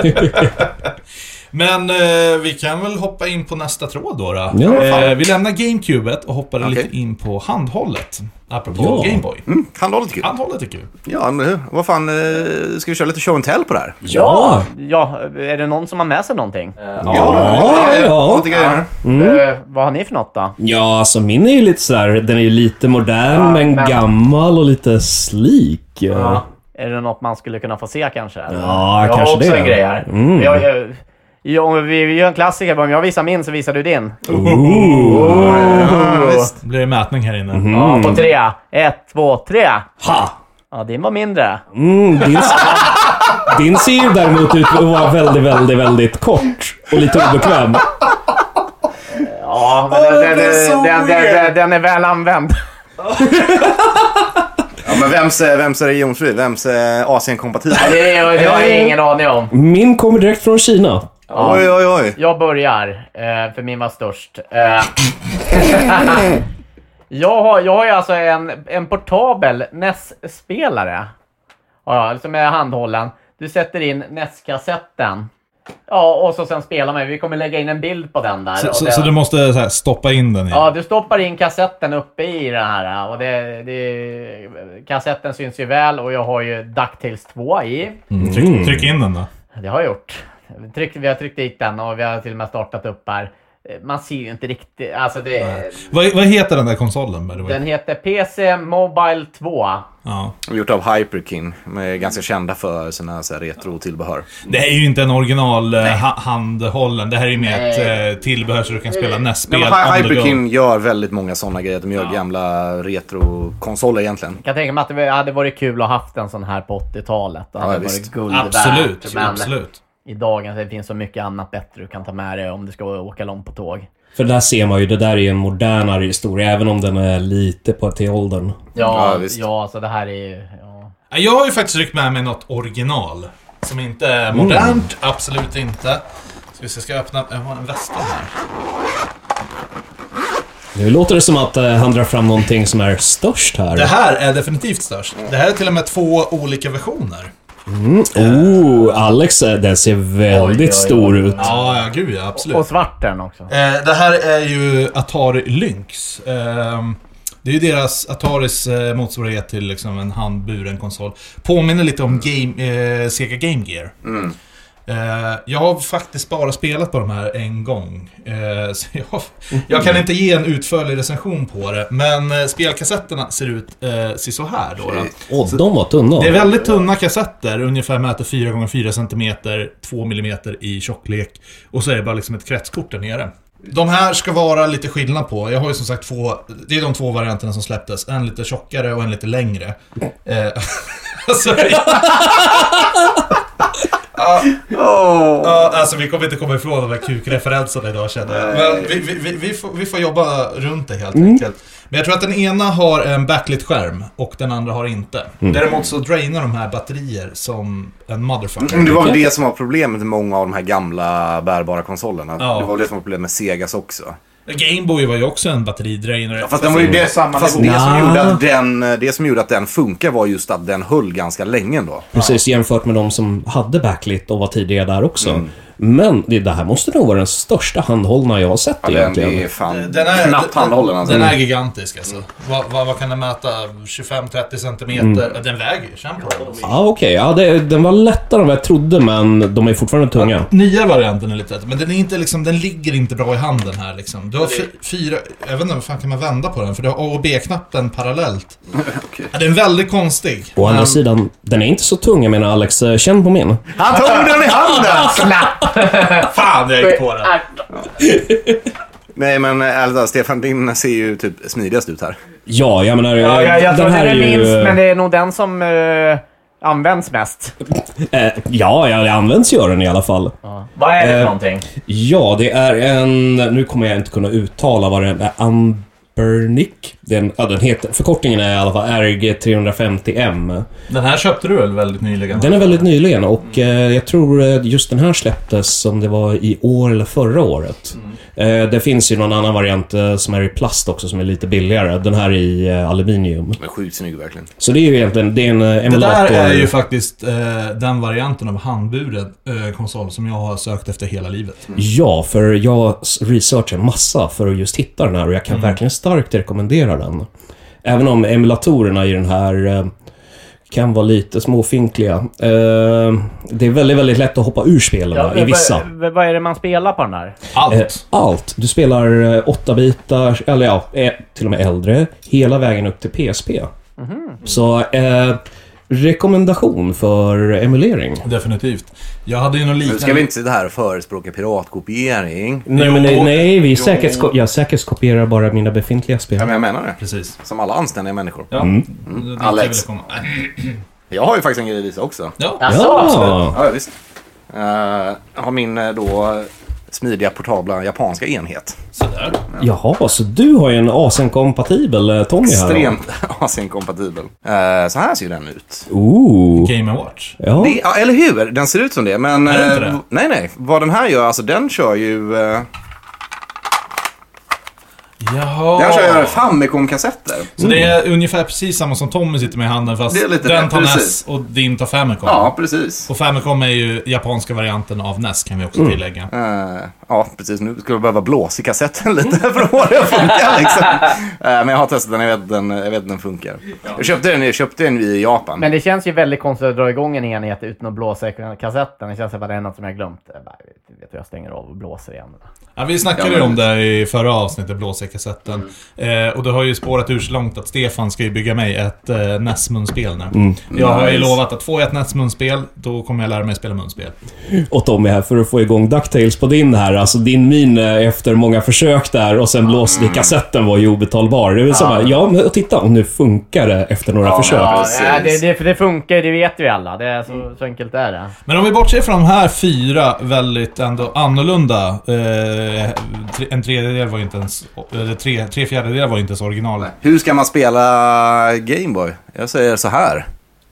Men eh, vi kan väl hoppa in på nästa tråd då. då. Ja, eh, vi lämnar GameCubet och hoppar okay. lite in på handhållet. Apropå ja. Gameboy. Mm, handhållet är kul. Handhållet är kul. Ja, men hur? Vad fan, eh, ska vi köra lite show and tell på det här? Ja. Ja, är det någon som har med sig någonting? Ja, ja. ja. ja. Mm. Uh, vad har ni för något då? Ja, alltså min är ju lite sådär, den är ju lite modern ja, men, men gammal och lite slik. Ja. Är det något man skulle kunna få se kanske? Ja, jag kanske har också det. En grej här. Mm. Jag, jag, Ja, om vi gör en klassiker, om jag visar min så visar du din. Ooh. Ooh. Ja, visst. Blir det mätning här inne? Mm. Ja, på tre. Ett, två, tre. Ha! Ja, din var mindre. Mm, din, din ser ju däremot ut att vara väldigt, väldigt, väldigt kort och lite obekväm. Ja, men oh, den, den, den, den, den är väl använd. Ja, men vems, vems är regionsfri? Vems är Asien-kompatibel? Det, det har jag ingen aning om. Min kommer direkt från Kina. Ja. Oj, oj, oj. Jag börjar, eh, för min var störst. Eh, jag, har, jag har ju alltså en, en portabel N E S-spelare. Ja, som är handhållen. Du sätter in N E S-kassetten. Ja, och så sen spelar man. Vi kommer lägga in en bild på den där. Så, så, det, så du måste så här, stoppa in den i? Ja, du stoppar in kassetten uppe i den här. Och det, det, kassetten syns ju väl. Och jag har ju DuckTales två i. Mm. Tryck, tryck in den då. Det har jag gjort. Tryck, vi har tryckt dit den och vi har till och med startat upp här. Man ser ju inte riktigt... Alltså det, vad, vad heter den där konsolen? By the way? den heter P C Mobile två. Ja. Gjort av Hyperkin. De är ganska kända för sina så här retro-tillbehör. Det är ju inte en original uh, ha- handhållen. Det här är ju mer ett uh, tillbehör så du kan spela N E S-spel. Nej, men Hyperkin gör väldigt många sådana grejer. De gör ja. gamla retro-konsoler egentligen. Jag kan tänka mig att det hade varit kul att ha haft en sån här på åttiotalet. Det hade ja, varit guld absolut, värt, men absolut. I dagens det finns så mycket annat bättre du kan ta med dig om du ska åka långt på tåg. För där ser man ju, det där är en modernare historia, även om den är lite på till åldern. Ja, ja, visst. ja så det här är... Ja. Jag har ju faktiskt ryckt med mig något original. Som inte är modernt, mm. absolut inte. Så vi ska öppna, jag har en väska här. Nu låter det som att uh, han drar fram någonting som är störst här. Det här är definitivt störst. Det här är till och med två olika versioner. Mm. Oh, Alex, den ser väldigt oj, oj, oj. stor ut. Ja, ja, gud ja, absolut. Och svart den också. Eh, det här är ju Atari Lynx. Eh, det är ju deras Ataris eh, motsvarighet till liksom en handburen konsol. Påminner lite om game, eh, Sega Game Gear. Mm. Uh, jag har faktiskt bara spelat på de här en gång. Uh, så jag, jag kan inte ge en utförlig recension på det. Men uh, spelkassetterna ser ut uh, ser så här då. då. Åh, oh, de var tunna. Det är väldigt tunna kassetter. Ungefär mäter fyra gånger fyra centimeter, två millimeter i tjocklek. Och så är det bara liksom ett kretskort där nere. De här ska vara lite skillnad på. Jag har ju som sagt två. Det är de två varianterna som släpptes. En lite tjockare och en lite längre. uh, Sorry. Ja, oh. ja, alltså vi kommer inte komma ifrån de här kukreferenserna idag, känner jag. Men vi, vi, vi, vi, får, vi får jobba runt det helt mm. enkelt. Men jag tror att den ena har en backlit-skärm och den andra har inte. Mm. Däremot så drainar de här batterier som en motherfucker. Mm, det var det som var problemet med många av de här gamla bärbara konsolerna. Ja. Det var det som var problemet med Segas också. Gameboy var ju också en batteridrainer. Ja, fast den var ju det, samma fast det, som gjorde att den, det som gjorde att den funkar var just att den höll ganska länge då. Precis, jämfört med de som hade backlit och var tidigare där också. Mm. Men det här måste nog vara den största handhållna jag har sett ja, egentligen. Den är fan den är, knappt handhållen. Alltså. Den är gigantisk alltså. Vad, vad, vad kan den mäta? tjugofem till trettio centimeter? Mm. Den väger ju, känn på den. Ja, okej. Okay. Ja, den var lättare än vad jag trodde, men de är fortfarande tunga. Ja, nya varianten är lite lätt, men den är inte liksom, den ligger inte bra i handen här liksom. Du har f- fyra, jag vet inte vad fan kan man vända på den, för du har A och B-knappen parallellt. Okay. Ja, den är väldigt konstig. Å andra men... sidan, den är inte så tung, jag menar Alex, känn på min. Han tog den i handen! Slapp! Fan, jag gick på den. Nej, men alltså, Stefan, din ser ju typ smidigast ut här. Ja, jag menar... Ja, jag, jag den tror här det är är ju... minst, men det är nog den som uh, används mest. eh, ja, ja, det används gör den i alla fall. Ja. Vad är det för eh, någonting? Ja, det är en... Nu kommer jag inte kunna uttala vad det är. Ambernic. Den, ja, den heter, förkortningen är i alla fall R G tre femtio M. Den här köpte du väl väldigt nyligen? Den är väldigt nyligen och mm. eh, jag tror just den här släpptes som det var i år eller förra året. Mm. Eh, det finns ju någon annan variant eh, som är i plast också som är lite billigare. Den här är i eh, aluminium. Den är sjukt snygg verkligen. Så det är ju egentligen det är en eh, emulator. Det där är ju faktiskt eh, den varianten av handburen eh, konsol som jag har sökt efter hela livet. Mm. Ja, för jag researchar massa för att just hitta den här och jag kan mm. verkligen starkt rekommendera den. Även om emulatorerna i den här eh, kan vara lite småfinkliga. Eh, det är väldigt, väldigt lätt att hoppa ur spelen ja, i vissa. Vad, vad är det man spelar på den här? Allt. Eh, allt. Du spelar eh, åtta bitar, eller ja, eh, till och med äldre, hela vägen upp till P S P. Mm-hmm. Så eh, rekommendation för emulering. Definitivt. Jag hade ju någon liknande... Nu ska vi inte sitta här och förespråka piratkopiering. Nej, men nej, nej vi säkerhetsko- jag säkerhetskopierar bara mina befintliga spel. Ja, men jag menar det. Precis. Som alla anständiga människor. Ja. Mm. Mm. Alex. Jag har ju faktiskt en grej att visa också. Ja, alltså, ja. ja visst. Uh, jag har min då smidiga, portabla japanska enhet. Sådär. Jaha, så du har ju en A C N-kompatibel Tommy här. Extremt A C N-kompatibel. Uh, så här ser den ut. Ooh. Game and Watch. Ja. Det, ja, eller hur? Den ser ut som det, men... Är det inte uh, det? Nej, nej. Vad den här gör, alltså den kör ju... Uh, Jaha. den kör ju Famicom-kassetter. Så det är ungefär precis samma som Tommy sitter med i handen, fast Det är lite den det, tar N E S precis. och din tar Famicom. Ja, precis. Och Famicom är ju japanska varianten av N E S, kan vi också Mm. tillägga. Uh, ja, precis. Nu skulle jag behöva blåsa i kassetten lite för att få det att funka liksom. Uh, men jag har testat den, jag vet den, jag vet den funkar. Jag köpte den, jag köpte den i Japan. Men det känns ju väldigt konstigt att dra igång en enhet utan att blåsa i kassetten. Det känns som att det är något som jag glömt. Jag bara, vet du, jag stänger av och blåser igen. Ja, vi snackade ju Ja, men- om det i förra avsnittet, blåsa i kassetten. Eh, och det har ju spårat ur så långt att Stefan ska ju bygga mig ett eh, N E S-munspel nu. Mm. Jag har ju Nice. lovat att få ett N E S-munspel, då kommer jag lära mig spela munspel. Och Tommy här, för att få igång DuckTales på din här. Alltså din min eh, efter många försök där och sen blåste i kassetten var ju obetalbar. Det är väl som här, ja men titta, och nu funkar det efter några Ja, försök. ja. Ja, precis. ja, det, det, för det funkar, det vet vi alla. Det är så, så enkelt är det. Men om vi bortser från de här fyra väldigt ändå annorlunda, eh, tre, en tredjedel var ju inte ens, eller tre, tre fjärdedelar var ju inte ens original. Hur ska man spela Gameboy? Jag säger så här.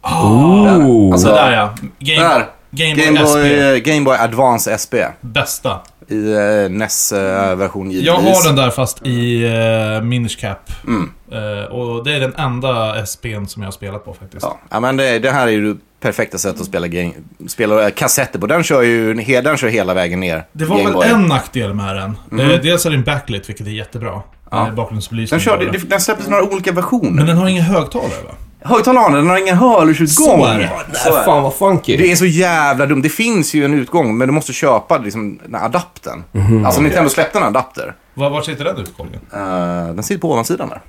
Oh. Alltså, Sådär ja. Game, där. Game Boy Game S P. Boy, Game Boy Advance S P Bästa. i uh, N E S-version givetvis. Jag har den där fast i uh, Minish Cap. Mm. Eh, och det är den enda S P:n som jag har spelat på faktiskt. Ja, ja men det, det här är ju det perfekta sättet att spela, game, spela äh, kassetter på. Den kör ju he, den kör hela vägen ner. Det var Game väl Boy. en nackdel med den. Mhm. Eh, dels är den backlit, vilket är jättebra. Ja. Eh, bakgrundsbelysning. Den, kör, bara. det, den släpptes några olika versioner. Men den har ingen högtalare va? Högtalaren, den har ingen hörlursutgång. Så är det. Nej, fan vad funky. Det är så jävla dumt. Det finns ju en utgång, men du måste köpa liksom, den här adaptern. Alltså Nintendo släppte en adapter. Var, var sitter den utgången? Uh, den sitter på ovansidan där.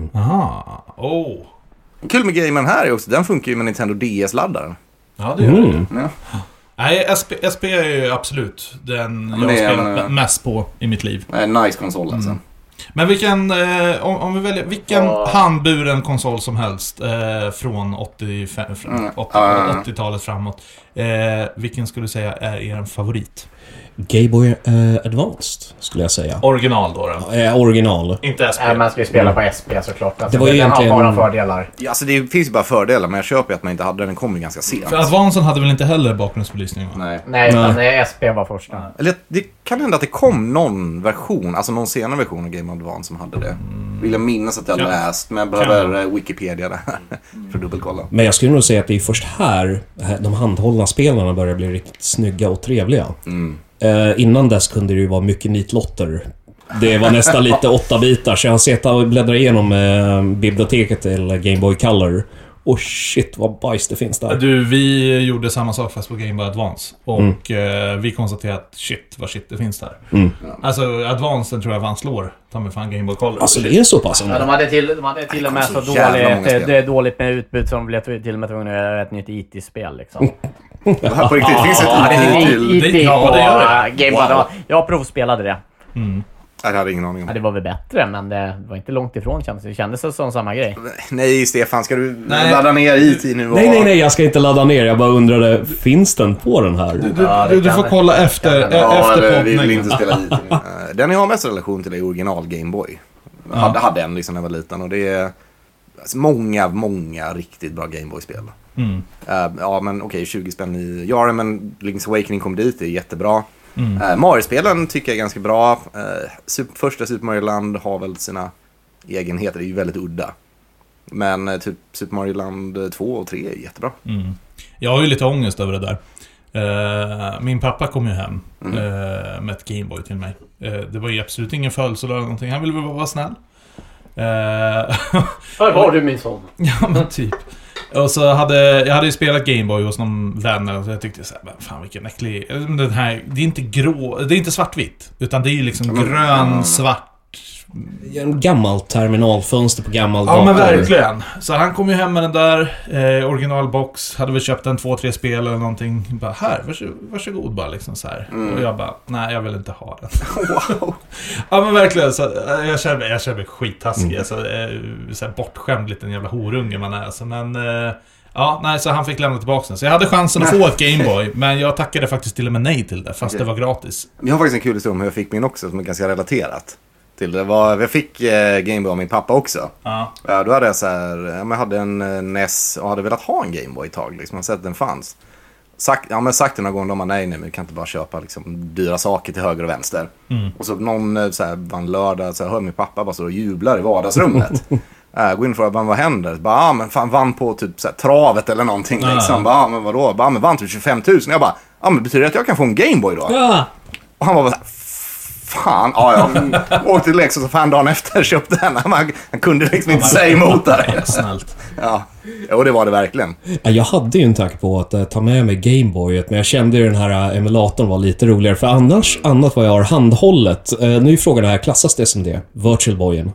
Aha. Oh. Kul med gamen här är också, den funkar ju med Nintendo D S-laddaren. Ja, det gör Mm. det. Ja. Nej, S P, S P är ju absolut den men jag har det är spelat en, mest på i mitt liv. En nice konsol alltså. Men vilken, eh, om, om vi väljer, vilken handburen konsol som helst eh, från åttiofem, fram, Mm. åttio, Ja, ja, ja. åttiotalet framåt. Eh, vilken skulle du säga är er favorit? Game Boy eh, Advanced, skulle jag säga. Original då? då. Eh, original. Inte S P. Nej, man ska ju spela på S P såklart. Alltså, Det var ju den egentligen- har bara fördelar. Ja, alltså det finns ju bara fördelar, men jag köper ju att man inte hade den. Den kom ju ganska sent. För Advancen hade väl inte heller bakgrundsbelysning va? Nej. Nej, utan Nej. eh, S P var första. Eller det kan hända att det kom någon version, alltså någon senare version av Game Advance som hade det. Vill jag minnas att jag Kan- läst, men jag behöver eh, Wikipedia där för att dubbelkolla. Men jag skulle nog säga att det är först här här de handhållna spelarna börjar bli riktigt snygga och trevliga. Mm. Eh, innan dess kunde det ju vara mycket nitlotter. Det var nästan lite åtta bitar, så jag har sett och bläddra igenom eh, biblioteket till Game Boy Color. Och shit vad bajs det finns där. Du, vi gjorde samma sak fast på Game Boy Advance. Och eh, vi konstaterade att shit, vad shit det finns där. Mm. Alltså, Advancen tror jag vann slår. Ta mig fan Game Boy Color. Alltså det är så pass Ja, de ändå. hade till, de hade till och med kom så, så jävla många dåligt, spel. det är dåligt med utbud så de blev till och med tvungna att göra ett nytt I T-spel liksom. Det här på riktigt, finns Ja, det ett är I T I till... T Ja, på det gör det. Game Boy. Wow. Advance. Jag provspelade det. Mm. Nej, det hade jag ingen aning om. Ja, det var väl bättre, men det var inte långt ifrån kändes det. Det kändes som samma grej. Nej, Stefan, ska du Nej. ladda ner I T nu? och- Nej, nej, nej, jag ska inte ladda ner. Jag bara undrade, finns den på den här? Du, Ja, det du, du kan får det. kolla efter, Kan det. e- Ja, efter det, vi vill poddningen. inte spela I T nu. Eh, Den jag har mest relation till är original Game Boy. Jag hade, hade en liksom när jag var liten och det är alltså, många, många riktigt bra Game Boy-spel. Mm. Eh, ja, men okej, tjugo spänn i Jaren, men Link's Awakening kom dit, det är jättebra. Mm. Uh, Mario-spelen tycker jag är ganska bra. Uh, super, första Super Mario Land har väl sina egenheter, det är ju väldigt udda. Men uh, typ Super Mario Land två och tre är jättebra. Mm. Jag har ju lite ångest över det där. Eh, min pappa kom ju hem Mm. eh, med ett Game Boy till mig. Eh, det var ju absolut ingen födelsedag eller någonting. Han ville bara vara snäll. Eh, Här var du min son. ja, men typ. Och så hade jag hade ju spelat Game Boy hos någon vän och så jag tyckte så här, men fan vilken äcklig. Den här, det är inte grå, det är inte svartvitt, utan det är ju liksom men- grön, ja. svart, En gammal terminalfönster på gammal Ja, dator. men verkligen. Så han kom ju hem med den där eh, originalbox. Hade väl köpt en två, tre spel eller någonting. Bara, här, varsågod, varsågod bara liksom så här. Mm. Och jag bara, nej jag vill inte ha den. Wow. Ja men verkligen, så, eh, jag känner mig, jag känner mig skittaskig. Mm. Alltså, eh, så här bortskämd liten jävla horunge man är. Alltså, men... Eh, Ja, nej, så han fick lämna tillbaka den. Så jag hade chansen att få ett Gameboy, men jag tackade faktiskt till och med nej till det, fast okay. det var gratis. Jag har faktiskt en kul historia om hur jag fick min också, som är ganska relaterat till det. Var, jag fick eh, Gameboy av min pappa också. Ja. Ja, då hade jag så här, jag hade en eh, N E S och hade velat ha en Gameboy ett tag, liksom. Jag sett att den fanns. Sagt, ja, men sagt det några gånger, de bara, nej, nej, men du kan inte bara köpa liksom, dyra saker till höger och vänster. Mm. Och så någon så här, en lördag så här, hör min pappa bara så och jublar i vardagsrummet. Äh, gå in för att vad händer? Bara, ah, men fan vann på typ så här, travet eller någonting ja. Liksom. Bara, ah, men vadå? Bara, men vann typ tjugofem tusen. Jag bara, ja ah, men betyder det att jag kan få en Gameboy då? Ja. Och han var bara, fan, ja ja. Åkte till Lex och så fan dagen efter köpte den. Han, han kunde liksom inte säga emot det. Snällt. Ja, och det var det verkligen. Ja, jag hade ju en tanke på att uh, ta med mig Gameboyet, men jag kände ju den här uh, emulatorn var lite roligare. För annars, annat vad jag har handhållet. Uh, nu är frågan här, klassas det som det? Virtual Boyen?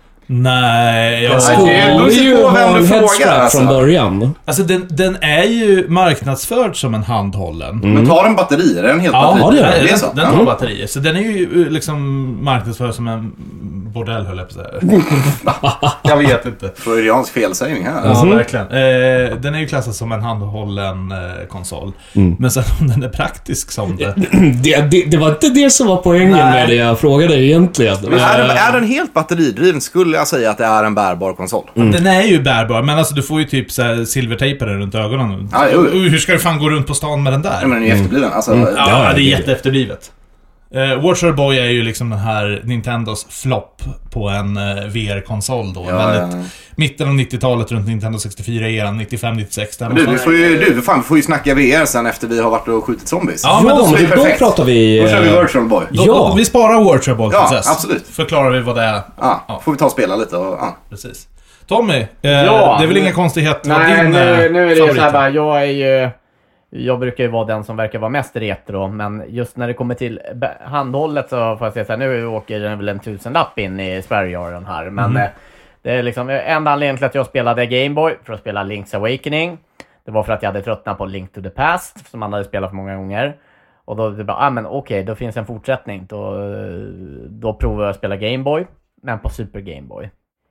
Nej, jag skulle ju ha en headstrap alltså. Från början. Alltså den, den är ju marknadsförd som en handhållen. Mm. Men tar den batterier? Är den helt ja, batteri? Ja, det är, det är så. Den, den tar mm. batterier. Så den är ju liksom marknadsförd som en bordell, höll jag på att säga. Jag vet inte. Freudiansk felsägning här. Ja, mm. verkligen. Eh, den är ju klassad som en handhållen eh, konsol. Mm. Men sen om den är praktisk som det. det, det... Det var inte det som var poängen Nej. Med det jag frågade egentligen. Men är den, är den helt batteridriven skulle jag säga att det är en bärbar konsol. Mm. Den är ju bärbar, men alltså du får ju typ så här silvertejpare runt ögonen. Ja, jo, jo. Hur ska du fan gå runt på stan med den där? Ja, men den är ju efterbliven. Alltså, mm. Ja, ja, det är jätteefterblivet. Uh, Virtual Boy är ju liksom den här Nintendos flopp på en uh, V R-konsol då. Ja, väldigt, ja, ja. Mitten av nittiotalet runt Nintendo sextiofyra-eran, nittiofem nittiosex. Där du, du, får ju, du, fan, får ju snacka V R sen efter vi har varit och skjutit zombies. Ja, men då, ja, men då pratar vi... Då kör vi Virtual Boy. Då, ja. Vi sparar Virtual Boy. Ja, absolut. Förklarar vi vad det är. Ja, ja. Får vi ta och spela lite. Och, ja. Precis. Tommy, eh, ja, det är väl inga konstigheter. Nej, din, nu, nu är det så här bara, jag är ju... Jag brukar ju vara den som verkar vara mest retro, men just när det kommer till handhållet så får jag säga så här, nu åker det väl en tusenlapp in i Sverige här, men mm. det är liksom enda anledningen till att jag spelade Game Boy för att spela Link's Awakening. Det var för att jag hade tröttnat på Link to the Past som man hade spelat för många gånger. Och då det bara, ah, men okej, okay, då finns en fortsättning. Då, då provar jag att spela Game Boy, men på Super Game Boy.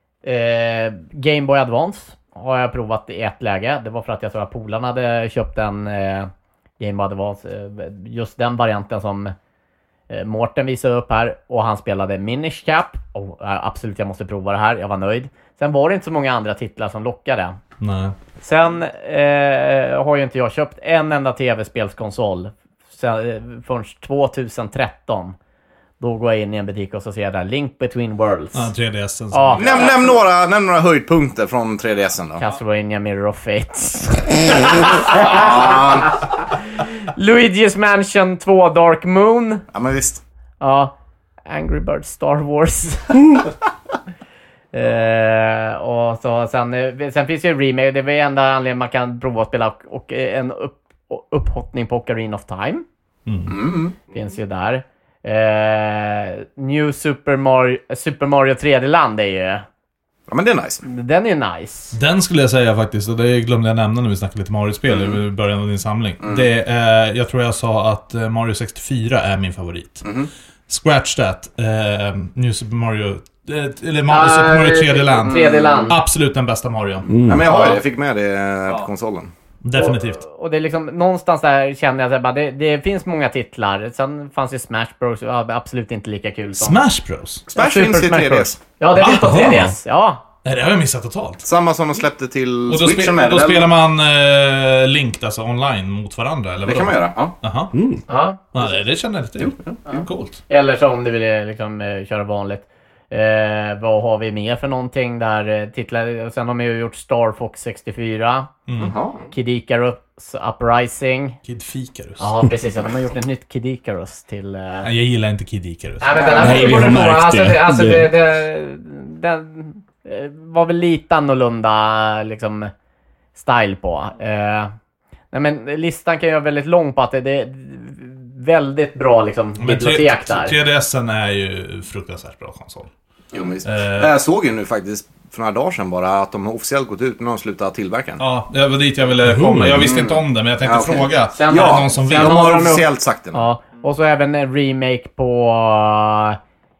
Eh, Game Boy Advance har jag provat i ett läge. Det var för att jag såg att polarna hade köpt en eh, Game Boy Advance. Eh, just den varianten som eh, Mårten visade upp här. Och han spelade Minish Cap. Och, eh, absolut, jag måste prova det här. Jag var nöjd. Sen var det inte så många andra titlar som lockade. Nej. Sen eh, har ju inte jag köpt en enda tv-spelskonsol sen, eh, förrän tjugohundratretton. Då går jag in i en butik och så ser jag där Link Between Worlds. Ja, tre D S. Ja. Näm, näm, några, näm några höjdpunkter från tre D S:en då. Castlevania Mirror of Fate. Luigi's Mansion två Dark Moon. Ja, men visst. Ja. Angry Birds Star Wars. uh, och så sen, sen finns ju en remake. Det är väl enda anledningen man kan prova att spela och, och en upp, upphottning på Ocarina of Time. Mm. Mm. Finns ju där. Uh, New Super Mario, Super Mario tre D-land är ju... Ja, men det är nice. Den är nice. Den skulle jag säga faktiskt, och det glömde jag nämna när vi snackade lite Mario-spel mm. i början av din samling. Mm. Det är, jag tror jag sa att Mario sextiofyra är min favorit. Mm. Scratch that. Uh, New Super Mario... Eller Mario, uh, Super Mario tre D-land. tre D-land. Absolut den bästa Mario. Mm. Ja, men jag har det. Jag fick med det på konsolen. Definitivt. Och, och det är liksom, någonstans där känner jag att bara, det, det finns många titlar. Sen fanns ju Smash Bros. Ja, absolut inte lika kul som... Smash Bros? Smash finns i tre D S. Ja, det finns på tre D S, ja. Nej, det har jag missat totalt. Samma som de släppte till och då Switch. Spe- då spelar man uh, Link alltså online mot varandra, eller det vadå? kan man göra, ja. Aha. Mm. Ja. Ja, det, det känner jag lite. Ja. Ja. Coolt. Eller så om du vill liksom, uh, köra vanligt. Eh, vad har vi mer för någonting där eh, titlar, sen har vi ju gjort Star Fox sextiofyra, mm. Kid Icarus Uprising. Kid Ficarus. Ja, precis, de har gjort ett nytt Kid Icarus till... Eh... Jag gillar inte Kid Icarus. Nej, men den här Nej, vi har märkt alltså, det. Alltså, det, det, den eh, var väl lite annorlunda liksom, style på. Eh, nej, men listan kan ju vara väldigt lång på att det, det är väldigt bra liksom, bibliotek där. tre D S:en är ju fruktansvärt bra konsol. Jo, visst. Uh, jag såg ju nu faktiskt för några dagar sedan bara att de har officiellt gått ut när de slutar tillverka den. Ja, det var dit jag ville komma. Jag visste inte om det, men jag tänkte ja, okay. fråga. Sen, ja, är det någon som vill? De har officiellt sagt det. Ja, och så även en remake på uh,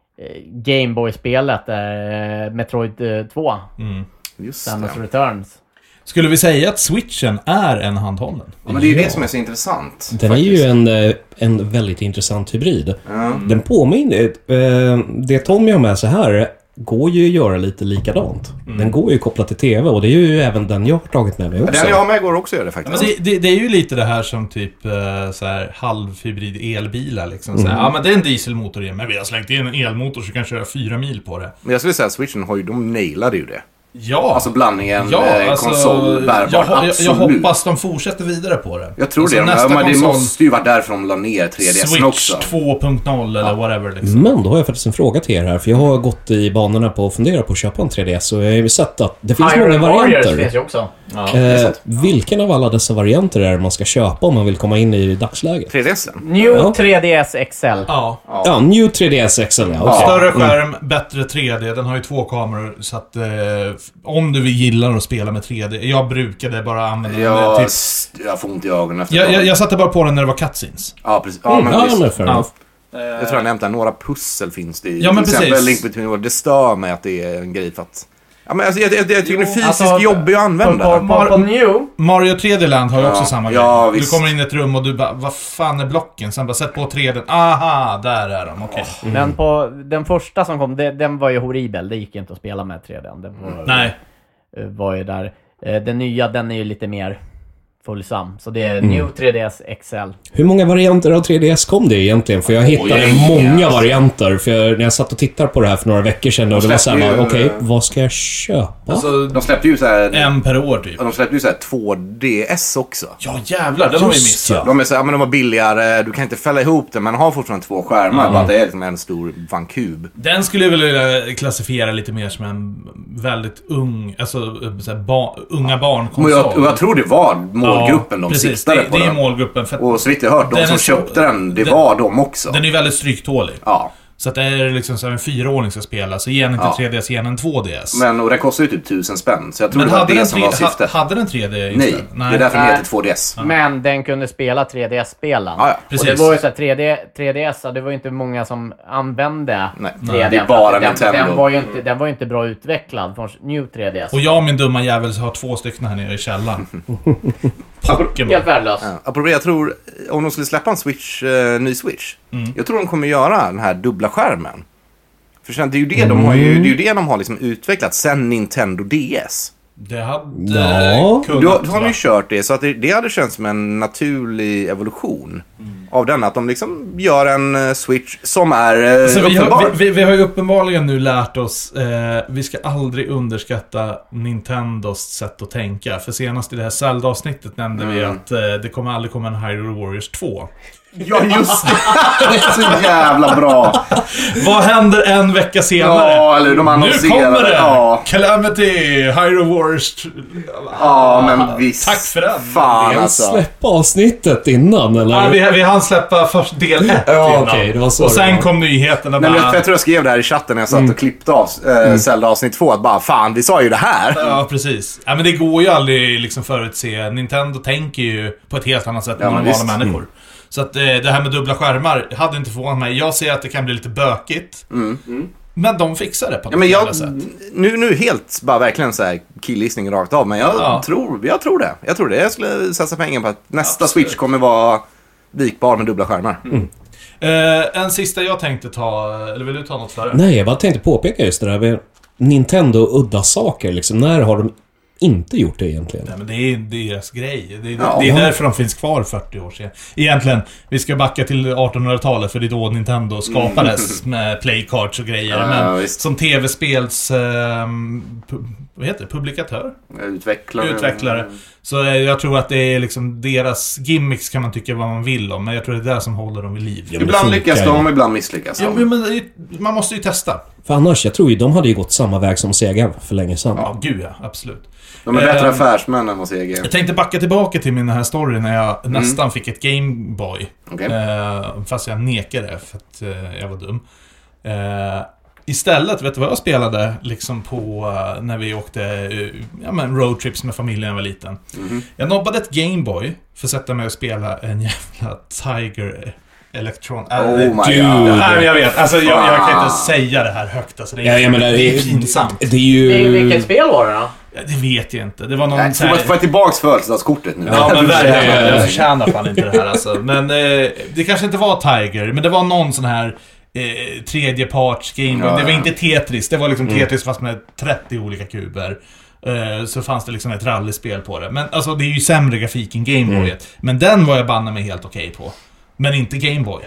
Game Boy-spelet, uh, Metroid uh, två. Mm. Just Samus det. Returns. Skulle vi säga att Switchen är en handhållen? Ja, men det är ju ja. det som är så intressant. Den faktiskt. är ju en, en väldigt intressant hybrid. Mm. Den påminner... Eh, det Tommy har med sig här går ju att göra lite likadant. Mm. Den går ju kopplat till tv och det är ju även den jag har tagit med mig också. Den jag har med går också gör det faktiskt. Ja, det, det, det är ju lite det här som typ så här, halvhybrid elbilar liksom. Mm. Så här, ja, men det är en dieselmotor igen, men vi har slängt in en elmotor så kan köra fyra mil på det. Men jag skulle säga att Switchen har ju, de nailade ju det. Ja. Alltså blandningen ja, eh, alltså, konsol, bärbar, jag, jag, absolut. jag hoppas de fortsätter vidare på det. Jag tror alltså, det. Nästa men konsol, det måste ju vara därför de la ner tre D S också. Switch två punkt noll eller ja. whatever liksom. Men då har jag faktiskt en fråga till er här. För jag har gått i banorna på att fundera på att köpa en tre D S. Och jag har ju sett att det finns Iron många varianter. Finns ju också. Ja, eh, vilken av alla dessa varianter är det man ska köpa om man vill komma in i dagsläget? tre D S? New ja. tre D S X L. Ja. Ja, ja New tre D S X L. Ja. Okay. Större skärm, mm. bättre tre D. Den har ju två kameror. Så att eh, om du gillar att spela med tre D. Jag brukade bara använda ja, den. Typ... Jag får ont i ögonen efter jag, jag, jag satte bara på den när det var cutscenes. Ja, precis. Ja, mm. men ja, precis. Men ja. Jag tror jag nämnde några pussel finns det i. Ja, men till precis. exempel Link Between Worlds. Det stör mig att det är en grej för att... Ja, men alltså, jag, jag, jag tycker jo, det är fysiskt alltså, jobbig att använda. På, på, på, på New. Mario tre D-land har ju ja, också samma ja, grej. visst. Du kommer in i ett rum och du bara, vad fan är blocken? Sen bara, sätt på tre D. Aha, där är de, okej. Okay. Mm. Men på den första som kom, det, den var ju horribel. Det gick inte att spela med tre D. Det var, Nej. var ju där. Den nya, den är ju lite mer fullsam. Så det är mm. New tre D S X L. Hur många varianter av tre D S kom det egentligen? För jag hittade oh, många yes. varianter. För jag, när jag satt och tittade på det här för några veckor sedan och det var såhär, okej, okay, vad ska jag köpa? Alltså, de släppte ju så här en per år typ. De släppte ju så här två D S också. Ja jävlar, det har vi missat. De är så här, men de var billigare, du kan inte fälla ihop det, men har fortfarande två skärmar, mm. bara att det är liksom en stor fan kub. Den skulle jag vilja klassifiera lite mer som en väldigt ung, alltså så här, ba, unga barnkonsol. Jag, jag tror det var målgruppen ja, de precis, siktade det, på det är den. målgruppen. För och så vitt jag hört, de som så, köpte den, det den, var de också. Den är väldigt stryktålig. Ja. Så att det är liksom så en fyraåring ska spela. Så ge den inte ja. tre D S, ge den två D S. Men och det kostar ju typ tusen spänn. Så jag tror men det var det som tre, var syftet. Hade den tre D? Nej, Nej, det är därför den heter två D S. Ja. Men den kunde spela tre D S-spelen. Ja, ja. Precis. Och det var ju så här, tre D, tre D S, det var ju inte många som använde Nej. tre D. Det är bara den, Nintendo. Den var ju inte, den var ju inte bra utvecklad från New tre D S. Och jag min dumma jävel har två stycken här nere i källaren. Pokémon. Helt värdelös. Ja. Apropå, jag tror, om de skulle släppa en Switch, uh, ny Switch. Mm. Jag tror de kommer göra den här dubbla skärmen. För sen, det är ju det de har, ju, det är ju det de har liksom utvecklat sen Nintendo D S. Det hade ja. kunnat. Då, då har de ju kört det, så att det, det hade känts som en naturlig evolution mm. av den. Att de liksom gör en uh, Switch som är uh, så vi, har, vi, vi har ju uppenbarligen nu lärt oss eh, vi ska aldrig underskatta Nintendos sätt att tänka. För senast i det här Zelda-avsnittet nämnde mm. vi att eh, det kommer aldrig komma en Hyrule Warriors två. Ja, just det. Det är så jävla bra. Vad händer en vecka senare? Ja, eller de nu kommer det! Ja. Calamity, Hyrule Warriors. Ja, men visst. Tack för den. Fan, vi alltså. släppa avsnittet innan, eller? Ja, vi, vi hann släppa först del ett ja, innan. Okay, det var så och sen kom nyheterna. Nej, bara... jag, jag tror jag skrev det här i chatten när jag satt mm. och klippte av äh, mm. Zelda avsnitt två. Att bara, fan, vi sa ju det här. Ja, precis. Ja, men det går ju aldrig liksom förutse. Nintendo tänker ju på ett helt annat sätt än ja, normala människor. Mm. Så att eh, det här med dubbla skärmar hade inte förvånat mig. Jag ser att det kan bli lite bökigt. Mm. Mm. Men de fixar det på ja, men jag, sätt. Nu, nu helt bara verkligen så här killgissning rakt av. Men jag, ja. tror, jag tror det. Jag tror det. Jag skulle satsa pengar på att nästa Absolut. Switch kommer vara vikbar med dubbla skärmar. Mm. Eh, en sista jag tänkte ta. Eller vill du ta något för det? Nej, jag bara tänkte påpeka just det där med Nintendo-udda saker. Liksom, när har de inte gjort det egentligen? Nej, men det är deras grej. Det är, ja, det är därför de finns kvar fyrtio år sedan. Egentligen, vi ska backa till artonhundratalet för det är då Nintendo skapades mm. med playcards och grejer. Ja, men visst. som tv-spels eh, pu- vad heter det? Publikatör? Utvecklare. Utvecklare. Så eh, jag tror att det är liksom deras gimmicks kan man tycka vad man vill om. Men jag tror det är det som håller dem vid liv. Ja, ibland lyckas de, ibland misslyckas de. Ja, men det, man måste ju testa. För annars, jag tror ju de hade ju gått samma väg som Sega för länge sedan. Ja, gud ja, absolut. De är bättre eh, affärsmän än vad Sega. Jag tänkte backa tillbaka till min här story när jag mm. nästan fick ett Game Boy. Okay. Eh, fast jag nekade för att eh, jag var dum. Eh, istället, vet du vad jag spelade liksom på uh, när vi åkte uh, ja, men roadtrips med familjen när jag var liten? Mm-hmm. Jag nobbade ett Gameboy för att sätta mig och spela en jävla Tiger Electron. Oh äh, my god. Nej, jag vet. Alltså, jag, jag kan inte säga det här högt. Alltså, det är, ja, jag menar, det är pinsamt. Det är ju... Vilket spel var det då? Ja, det vet jag inte. Det var någon... Nej, så här... Får jag tillbaks födelsedagskortet nu? Ja, men verkligen. Jag förtjänar fan inte det här alltså. Men eh, det kanske inte var Tiger, men det var någon sån här eh, tredjeparts Gameboy. Ja, det var inte Tetris. Det var liksom mm. Tetris fast med trettio olika kuber. Eh, så fanns det liksom ett rallyspel på det. Men alltså, det är ju sämre grafik än Gameboyet. Mm. Men den var jag banne mig helt okej på. Men inte Gameboy.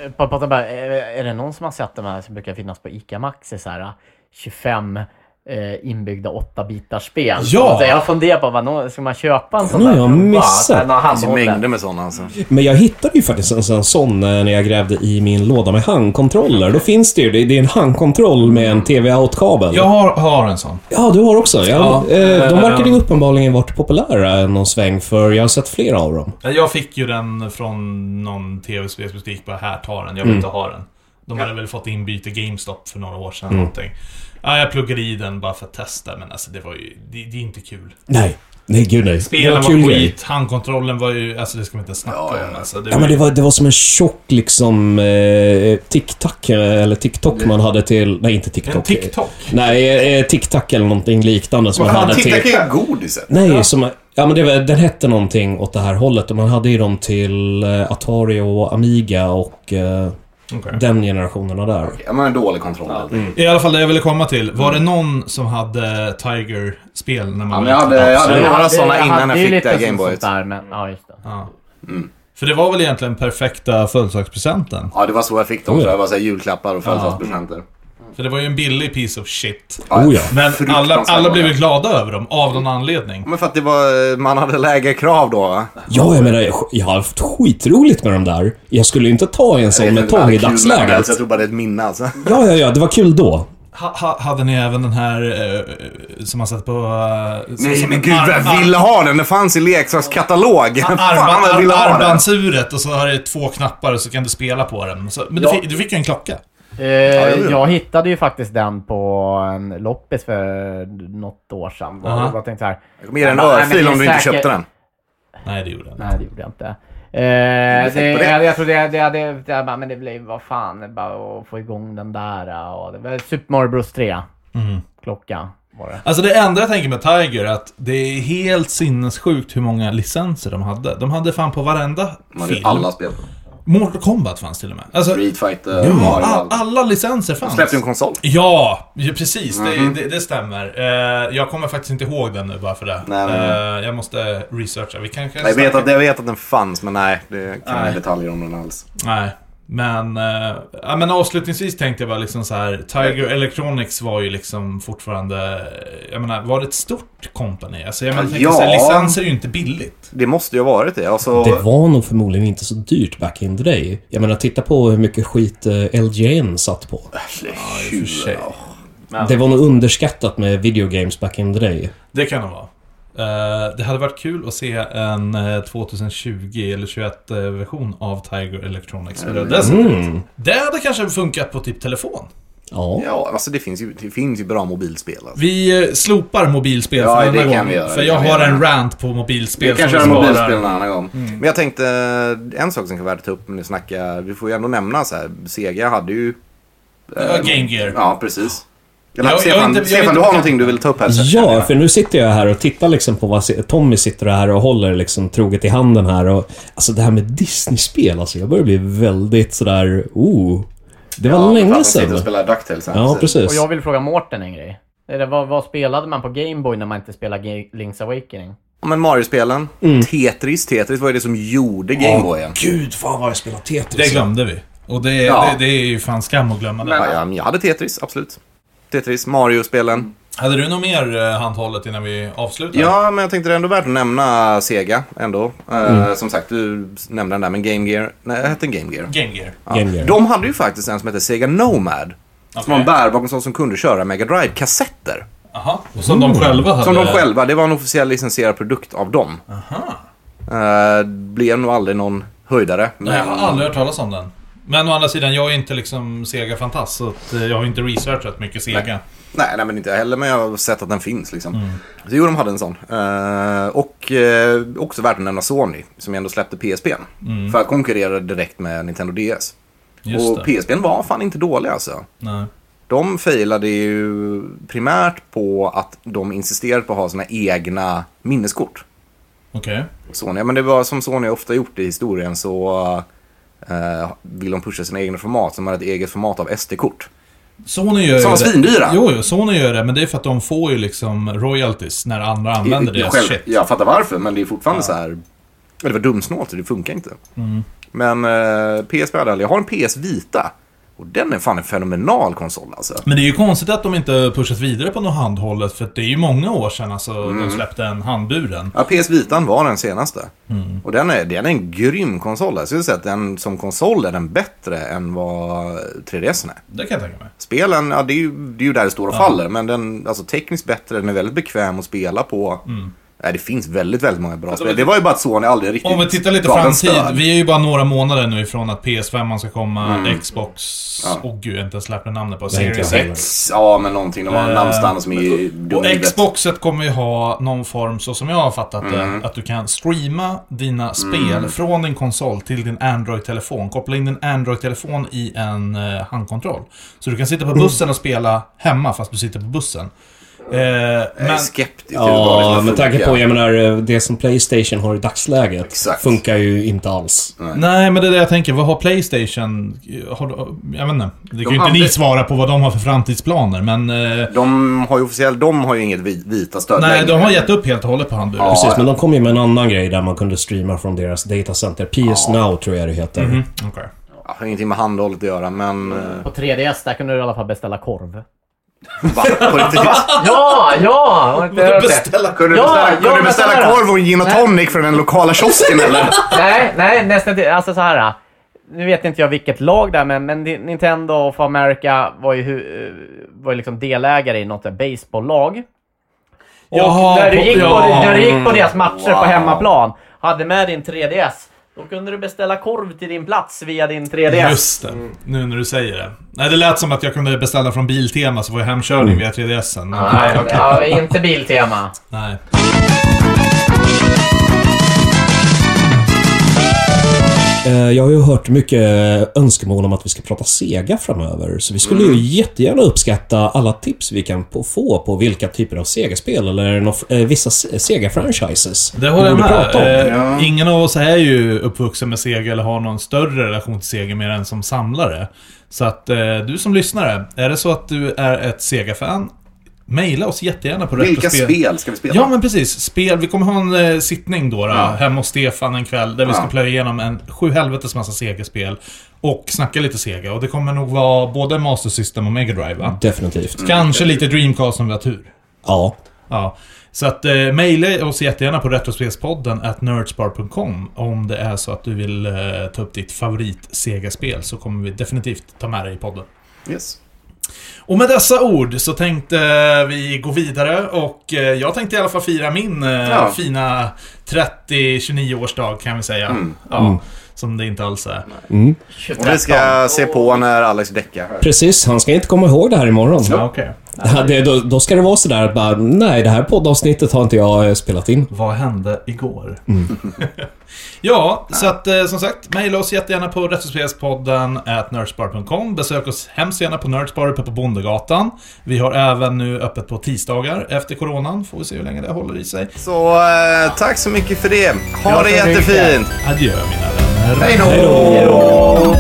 Är det någon som har sett de här som brukar finnas på ICA Maxi så här tjugofem eh, inbyggda åtta-bitars spel? Ja! Så jag funderar på, vad, ska man köpa en sån där? Jag har missat. Det finns mängder med sådana alltså. Men jag hittade ju faktiskt en, en sån när jag grävde i min låda med handkontroller. Då finns det ju, det, det är en handkontroll med en T V-out-kabel. Jag har, har en sån. Ja, du har också. Ja, ja. Eh, de verkar ju uppenbarligen varit populära någon sväng, för jag har sett flera av dem. Jag fick ju den från någon tv-spelsbutik, bara här, tar den, jag vill mm. inte ha den. De hade väl fått inbyte GameStop för några år sedan. Mm. Någonting. Ja, jag pluggade i den bara för att testa, men alltså det var ju, det, det är inte kul. Nej, nej gud nej. Spelen var, var skit, handkontrollen var ju, alltså det ska man inte snacka ja, om. Alltså, det ja, men det var, det var som en tjock liksom eh, TikTok eller TikTok man hade till, nej inte TikTok. En TikTok? Nej, eh, TikTok eller någonting liknande som man hade till. TikTok är godiset. Nej, ja. som ja men det var, den hette någonting åt det här hållet och man hade ju dem till eh, Atari och Amiga och eh, okay. den generationerna där. Okay. Ja, men en dålig kontroll. Ja. Mm. I alla fall det jag ville komma till. Var det någon som hade Tiger-spel när man ja, men jag hade, jag hade några sådana innan jag fick det Gameboyet. Ja, just det. Ja. Mm. För det var väl egentligen perfekta födelsedagspresenten? Ja, det var så jag fick dem. Oh, ja. Det var så här julklappar och födelsedagspresenter. Ja. För det var ju en billig piece of shit. Oh, ja. Men alla, alla blev ju glada över dem av någon anledning. Men för att det var, man hade lägre krav då, va? Ja, jag menar, jag har haft skitroligt med dem där. Jag skulle inte ta en sån med tång i dagsläget. Alltså, jag tror bara det är ett minne alltså. Ja, ja, ja, det var kul då. Ha, ha, hade ni även den här uh, som man satt på... Uh, Nej, som men gud, jag ville ha den. Det fanns i leksakskatalogen. Armbandsuret och så har det två knappar och så kan du spela på den. Så, men ja. du, fick, du fick ju en klocka. Uh, ja, jag hittade ju faktiskt den på en loppis för något år sedan. Uh-huh. Jag bara tänkte så här. Jag kommer ge dig en örfil om du inte köpte den. Nej, det gjorde jag inte. Nej, det gjorde jag inte. Uh, det, det? Jag, jag tror det, det, det, det, men det blev, vad fan, det bara att få igång den där. Och det var Super Mario Bros tre. Mm. Klocka var det. Alltså det enda jag tänker med Tiger är att det är helt sinnessjukt hur många licenser de hade. De hade fan på varenda man film. Alla spel. Mortal Kombat fanns till och med. Alltså, Street Fighter. Ja, all, alla licenser fanns. De släppte en konsol. Ja, precis. Mm-hmm. Det, det, det stämmer. Uh, jag kommer faktiskt inte ihåg den nu bara för det. Nej, uh, jag måste researcha. Vi kan, kan jag, vet att, jag vet att den fanns, men nej, det kan jag detaljer om den alls. Nej. Men, uh, ja, men avslutningsvis tänkte jag bara liksom så här, Tiger Electronics var ju liksom fortfarande, jag menar, var det ett stort company? Alltså jag menar, ja, så här, licenser är ju inte billigt. Det måste ju ha varit det. Alltså... Det var nog förmodligen inte så dyrt back in the day. Jag menar, titta på hur mycket skit L G N satt på. Ja, i och för sig. Men... Det var nog underskattat med videogames back in the day. Det kan det vara. Uh, det hade varit kul att se en uh, tjugo eller tjugoett uh, version av Tiger Electronics. Mm. Det, mm. det hade kanske funkat på typ telefon. Ja, ja alltså det finns ju, det finns ju bra mobilspel. Alltså. Vi uh, slopar mobilspel ja, för det gång, kan vi göra. För jag har en rant på mobilspel. Vi kan köra mobilspel en annan gång. Mm. Men jag tänkte, en sak som kan vara värt att ta upp när ni snackar, vi får ju ändå nämna så här, Sega hade ju... Uh, Game Gear. Ja, precis. Eller, jag, Stefan, jag inte, Stefan du har någonting du vill ta upp här? Ja, för nu sitter jag här och tittar liksom på vad Tommy sitter här och håller liksom troget i handen här. Och, alltså det här med Disney-spel, alltså jag börjar bli väldigt sådär, oh, det var ja, länge sedan. Och spela DuckTales här. Ja, precis. Och jag vill fråga Mårten en grej. Det, vad, vad spelade man på Game Boy när man inte spelade Link's Awakening? Ja, men Mario-spelen. Mm. Tetris. Tetris var ju det som gjorde Game Boyen. Ja, gud, fan vad jag spelade Tetris. Det glömde vi. Och det, ja. det, det är ju fan skam att glömma det. Ja, ja, jag hade Tetris, absolut. Tetris, Mario-spelen. Hade du något mer handhållet innan vi avslutar? Ja, men jag tänkte det är ändå värt att nämna Sega ändå. Mm. Uh, som sagt, du nämnde den där, men Game Gear. Nej, det hette Game Gear. Game Gear. Ja. Game Gear. De hade ju faktiskt en som hette Sega Nomad. Okay. Som var en bärbar konsol som kunde köra Mega Drive-kassetter. Aha. Och som mm. de själva hade... Som de själva. Det var en officiell licensierad produkt av dem. Aha. Uh, blev nog aldrig någon höjdare. Men... Nej, jag har aldrig hört talas om den. Men å andra sidan, jag är inte liksom Sega-fantast, så att jag har inte researchat mycket Sega. Nej. Nej, nej, men inte heller, men jag har sett att den finns liksom. Mm. Så jo, de hade en sån. Uh, och uh, också värt att nämna Sony, som ändå släppte P S P. Mm. För att konkurrera direkt med Nintendo D S. Just och det. P S P var fan inte dålig alltså. Nej. De failade ju primärt på att de insisterade på att ha sina egna minneskort. Okej. Okay. Sony, men det var som Sony ofta gjort i historien, så uh, vill de pusha sina egna format, som har ett eget format av S D-kort. Sony gör som var svindyra. Jo, jo, Sony gör det, men det är för att de får ju liksom royalties när andra använder deras själv, shit. Jag fattar varför, men det är fortfarande ja. så här. Det var dumsnålt, det funkar inte. Mm. Men uh, P S P hade aldrig. Jag har en P S Vita. Och den är fan en fenomenal konsol alltså. Men det är ju konstigt att de inte pushat vidare på något handhållet. För det är ju många år sedan alltså, mm. de släppte en handburen. Ja, P S Vitan var den senaste. Mm. Och den är, den är en grym konsol. Jag skulle säga att den som konsol är den bättre än vad tre D S är. Det kan jag tänka mig. Spelen, ja, det är ju, det är ju där det står och ja. faller. Men den, alltså tekniskt bättre, den är väldigt bekväm att spela på. Mm. Nej, det finns väldigt, väldigt många bra alltså, spel. Det var ju bara att Sony aldrig riktigt... Om vi tittar lite framtid, vi är ju bara några månader nu ifrån att P S fem ska komma, mm. Xbox... Åh ja. oh, gud, jag inte släppt namnet på Series X. Ja, men någonting, de har en uh, namnstans som är och Xboxet kommer ju ha någon form, så som jag har fattat mm. det, att du kan streama dina spel mm. från din konsol till din Android-telefon. Koppla in din Android-telefon i en uh, handkontroll. Så du kan sitta på bussen och spela hemma fast du sitter på bussen. Eh, jag är men, skeptisk. Ja, med tanke på, jag menar, det som PlayStation har i dagsläget Exakt. funkar ju inte alls. Nej. Nej, men det är det jag tänker. Vad har PlayStation? Har, jag vet inte. Det kan de ju inte hade... ni svara på vad de har för framtidsplaner, men... Eh... De har ju officiellt, de har ju inget vita stöd. Nej, de har gett upp helt och hållet på handburen. Ja, precis, men de kom ju med en annan grej där man kunde streama från deras datacenter. P S ja. Now tror jag det heter. Mm-hmm. Okej. Okay. Ja, har ingenting med handhållet att göra, men... På tre D S, där kunde du i alla fall beställa korv. Va? På riktigt? Ja, ja! Kunde du beställa, kunde ja, beställa, ja, kunde du beställa korv och gin och tonic från den lokala kiosken eller? Nej, nej, nästan inte. Alltså så här. Nu vet inte jag vilket lag där, men, men Nintendo of America var ju, var ju liksom delägare i något baseballlag. Och Jaha, när du gick, på, ja. när du gick på deras matcher wow. på hemmaplan, hade med din tre D S, då kunde du beställa korv till din plats via din tre D S. Just det, nu när du säger det. Nej, det lät som att jag kunde beställa från Biltema, så var jag hemkörning mm. via tre D S-en. Men... Nej, okay. ja, inte Biltema. Nej. Jag har ju hört mycket önskemål om att vi ska prata Sega framöver. Så vi skulle ju jättegärna uppskatta alla tips vi kan få på vilka typer av Sega-spel eller no, vissa Sega-franchises. Det håller jag med. Eh, ja. Ingen av oss är ju uppvuxen med Sega eller har någon större relation till Sega mer än som samlare. Så att eh, du som lyssnare, är det så att du är ett Sega-fan, maila oss jättegärna på Vilka Retrospel. spel ska vi spela? Ja, men precis. Spel. Vi kommer ha en eh, sittning då, då ja. hemma hos Stefan en kväll där vi ska ja. plöja igenom en sju helvetes massa Sega-spel och snacka lite Sega. Och det kommer nog vara både Master System och Mega Drive, va? Definitivt. Kanske mm. lite Dreamcast om vi har tur. Ja. Ja. Så att eh, maila oss jättegärna på retrospelspodden at nerdspar punkt com om det är så att du vill eh, ta upp ditt favorit Sega-spel, så kommer vi definitivt ta med dig i podden. Yes. Och med dessa ord så tänkte vi gå vidare, och jag tänkte i alla fall fira min ja. fina trettio tjugonio årsdag, kan vi säga. Mm. Ja, mm. Som det inte alls är. Mm. Och vi ska se på när Alex däckar. Precis, han ska inte komma ihåg det här imorgon. Ja, okay. Ja, det, då, då ska det vara sådär att bara, nej, det här poddavsnittet har inte jag spelat in. Vad hände igår? Mm. Ja, så att som sagt, mejla oss jättegärna på retrospelspodden at nerdspar punkt com. Besök oss hemskt gärna på Nerdspar uppe på Bondegatan. Vi har även nu öppet på tisdagar efter coronan. Får vi se hur länge det håller i sig. Så eh, tack så mycket för det. Ha jag det jättefint. Adjö, mina vänner. Hej då. Hej då.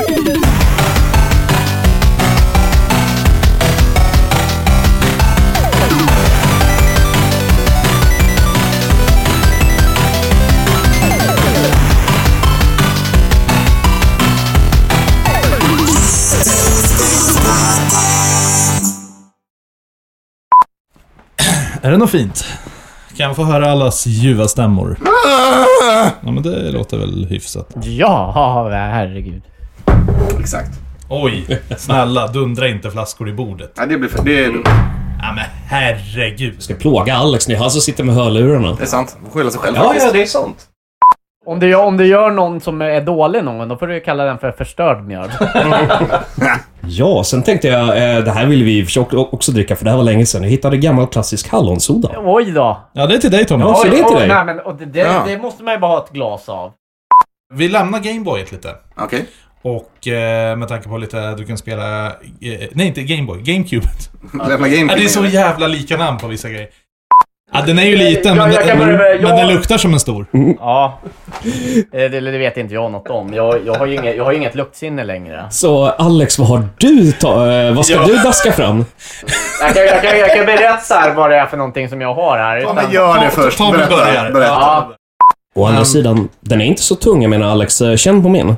Är det något fint? Kan jag få höra allas ljuva stämmor? Ja, men det låter väl hyfsat. Ja, herregud. Exakt. Oj, snälla, dundra inte flaskor i bordet. Ja, det blir för... Det är... Ja, men herregud. Jag ska plåga Alex nu, han som sitter med hörlurarna. Det är sant, skylla sig själv. Ja, ja, det är sant. Om du, om du gör någon som är dålig någon, då får du kalla den för förstörd mjöd. Ja, sen tänkte jag, eh, det här ville vi försöka också dricka för det här var länge sedan. Jag hittade gammal klassisk hallonsoda. Oj då. Ja, det är till dig, Tommy. Ja, så det är till dig. Nej, men, och det, det, Ja. det måste man ju bara ha ett glas av. Vi lämnar Gameboyet lite. Okej. Och eh, med tanke på lite, du kan spela... Eh, nej, inte Gameboy, Gamecube. Lämna game. Ja, det är så jävla lika namn på vissa grejer. Ja, den är ju liten, Jag- men, jag den, kan men, börja med- men jag- den luktar som en stor. Ja. Det, det, det vet inte jag något om. Jag, jag, har ju inget, jag har ju inget luktsinne längre. Så Alex, vad har du ta- eh, vad ska Ja. du daska fram? Jag kan, jag kan, jag kan berätta här vad det är för någonting som jag har här. Ja, Utan, men gör det Ta- först. ta- Berätta. börjar. Berätta. ja, Å andra sidan, den är inte så tung, jag menar Alex, eh, känn på min.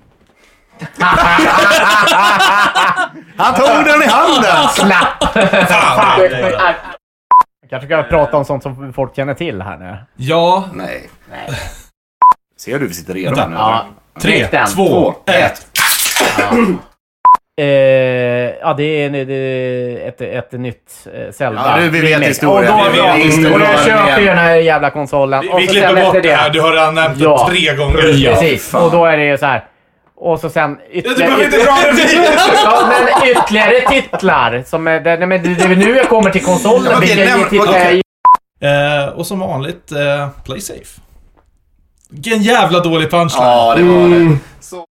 Han tog den i handen! slapp! Fan, det är det. Jag kanske ska prata om sånt som folk känner till här nu. Ja, Nej. Nej. Ser du, vi sitter redo Vänta. här nu. Ja. tre, Drick den. två, ett. Eh, ja, det är, det är ett, ett nytt eh, Zelda. Ja, det- vi vet remake. historien. Och då, Vi vet ja, historien. och jag köper ju den här jävla konsolen. Vi, och vi så klipper sen bort efter det här, du har redan nämnt Ja. det tre gånger. Ja. Precis, och då är det ju så här. Och så sen Du behöver inte ytterligare, dra det vidare! ja, men ytterligare titlar. Som är, det, nej, men det, det är nu jag kommer till konsolen. Okej, vilka nej, men- titlar okej. jag- Eh, och som vanligt, eh, play safe. Vilken jävla dålig punchline. Ja, det var det. Så.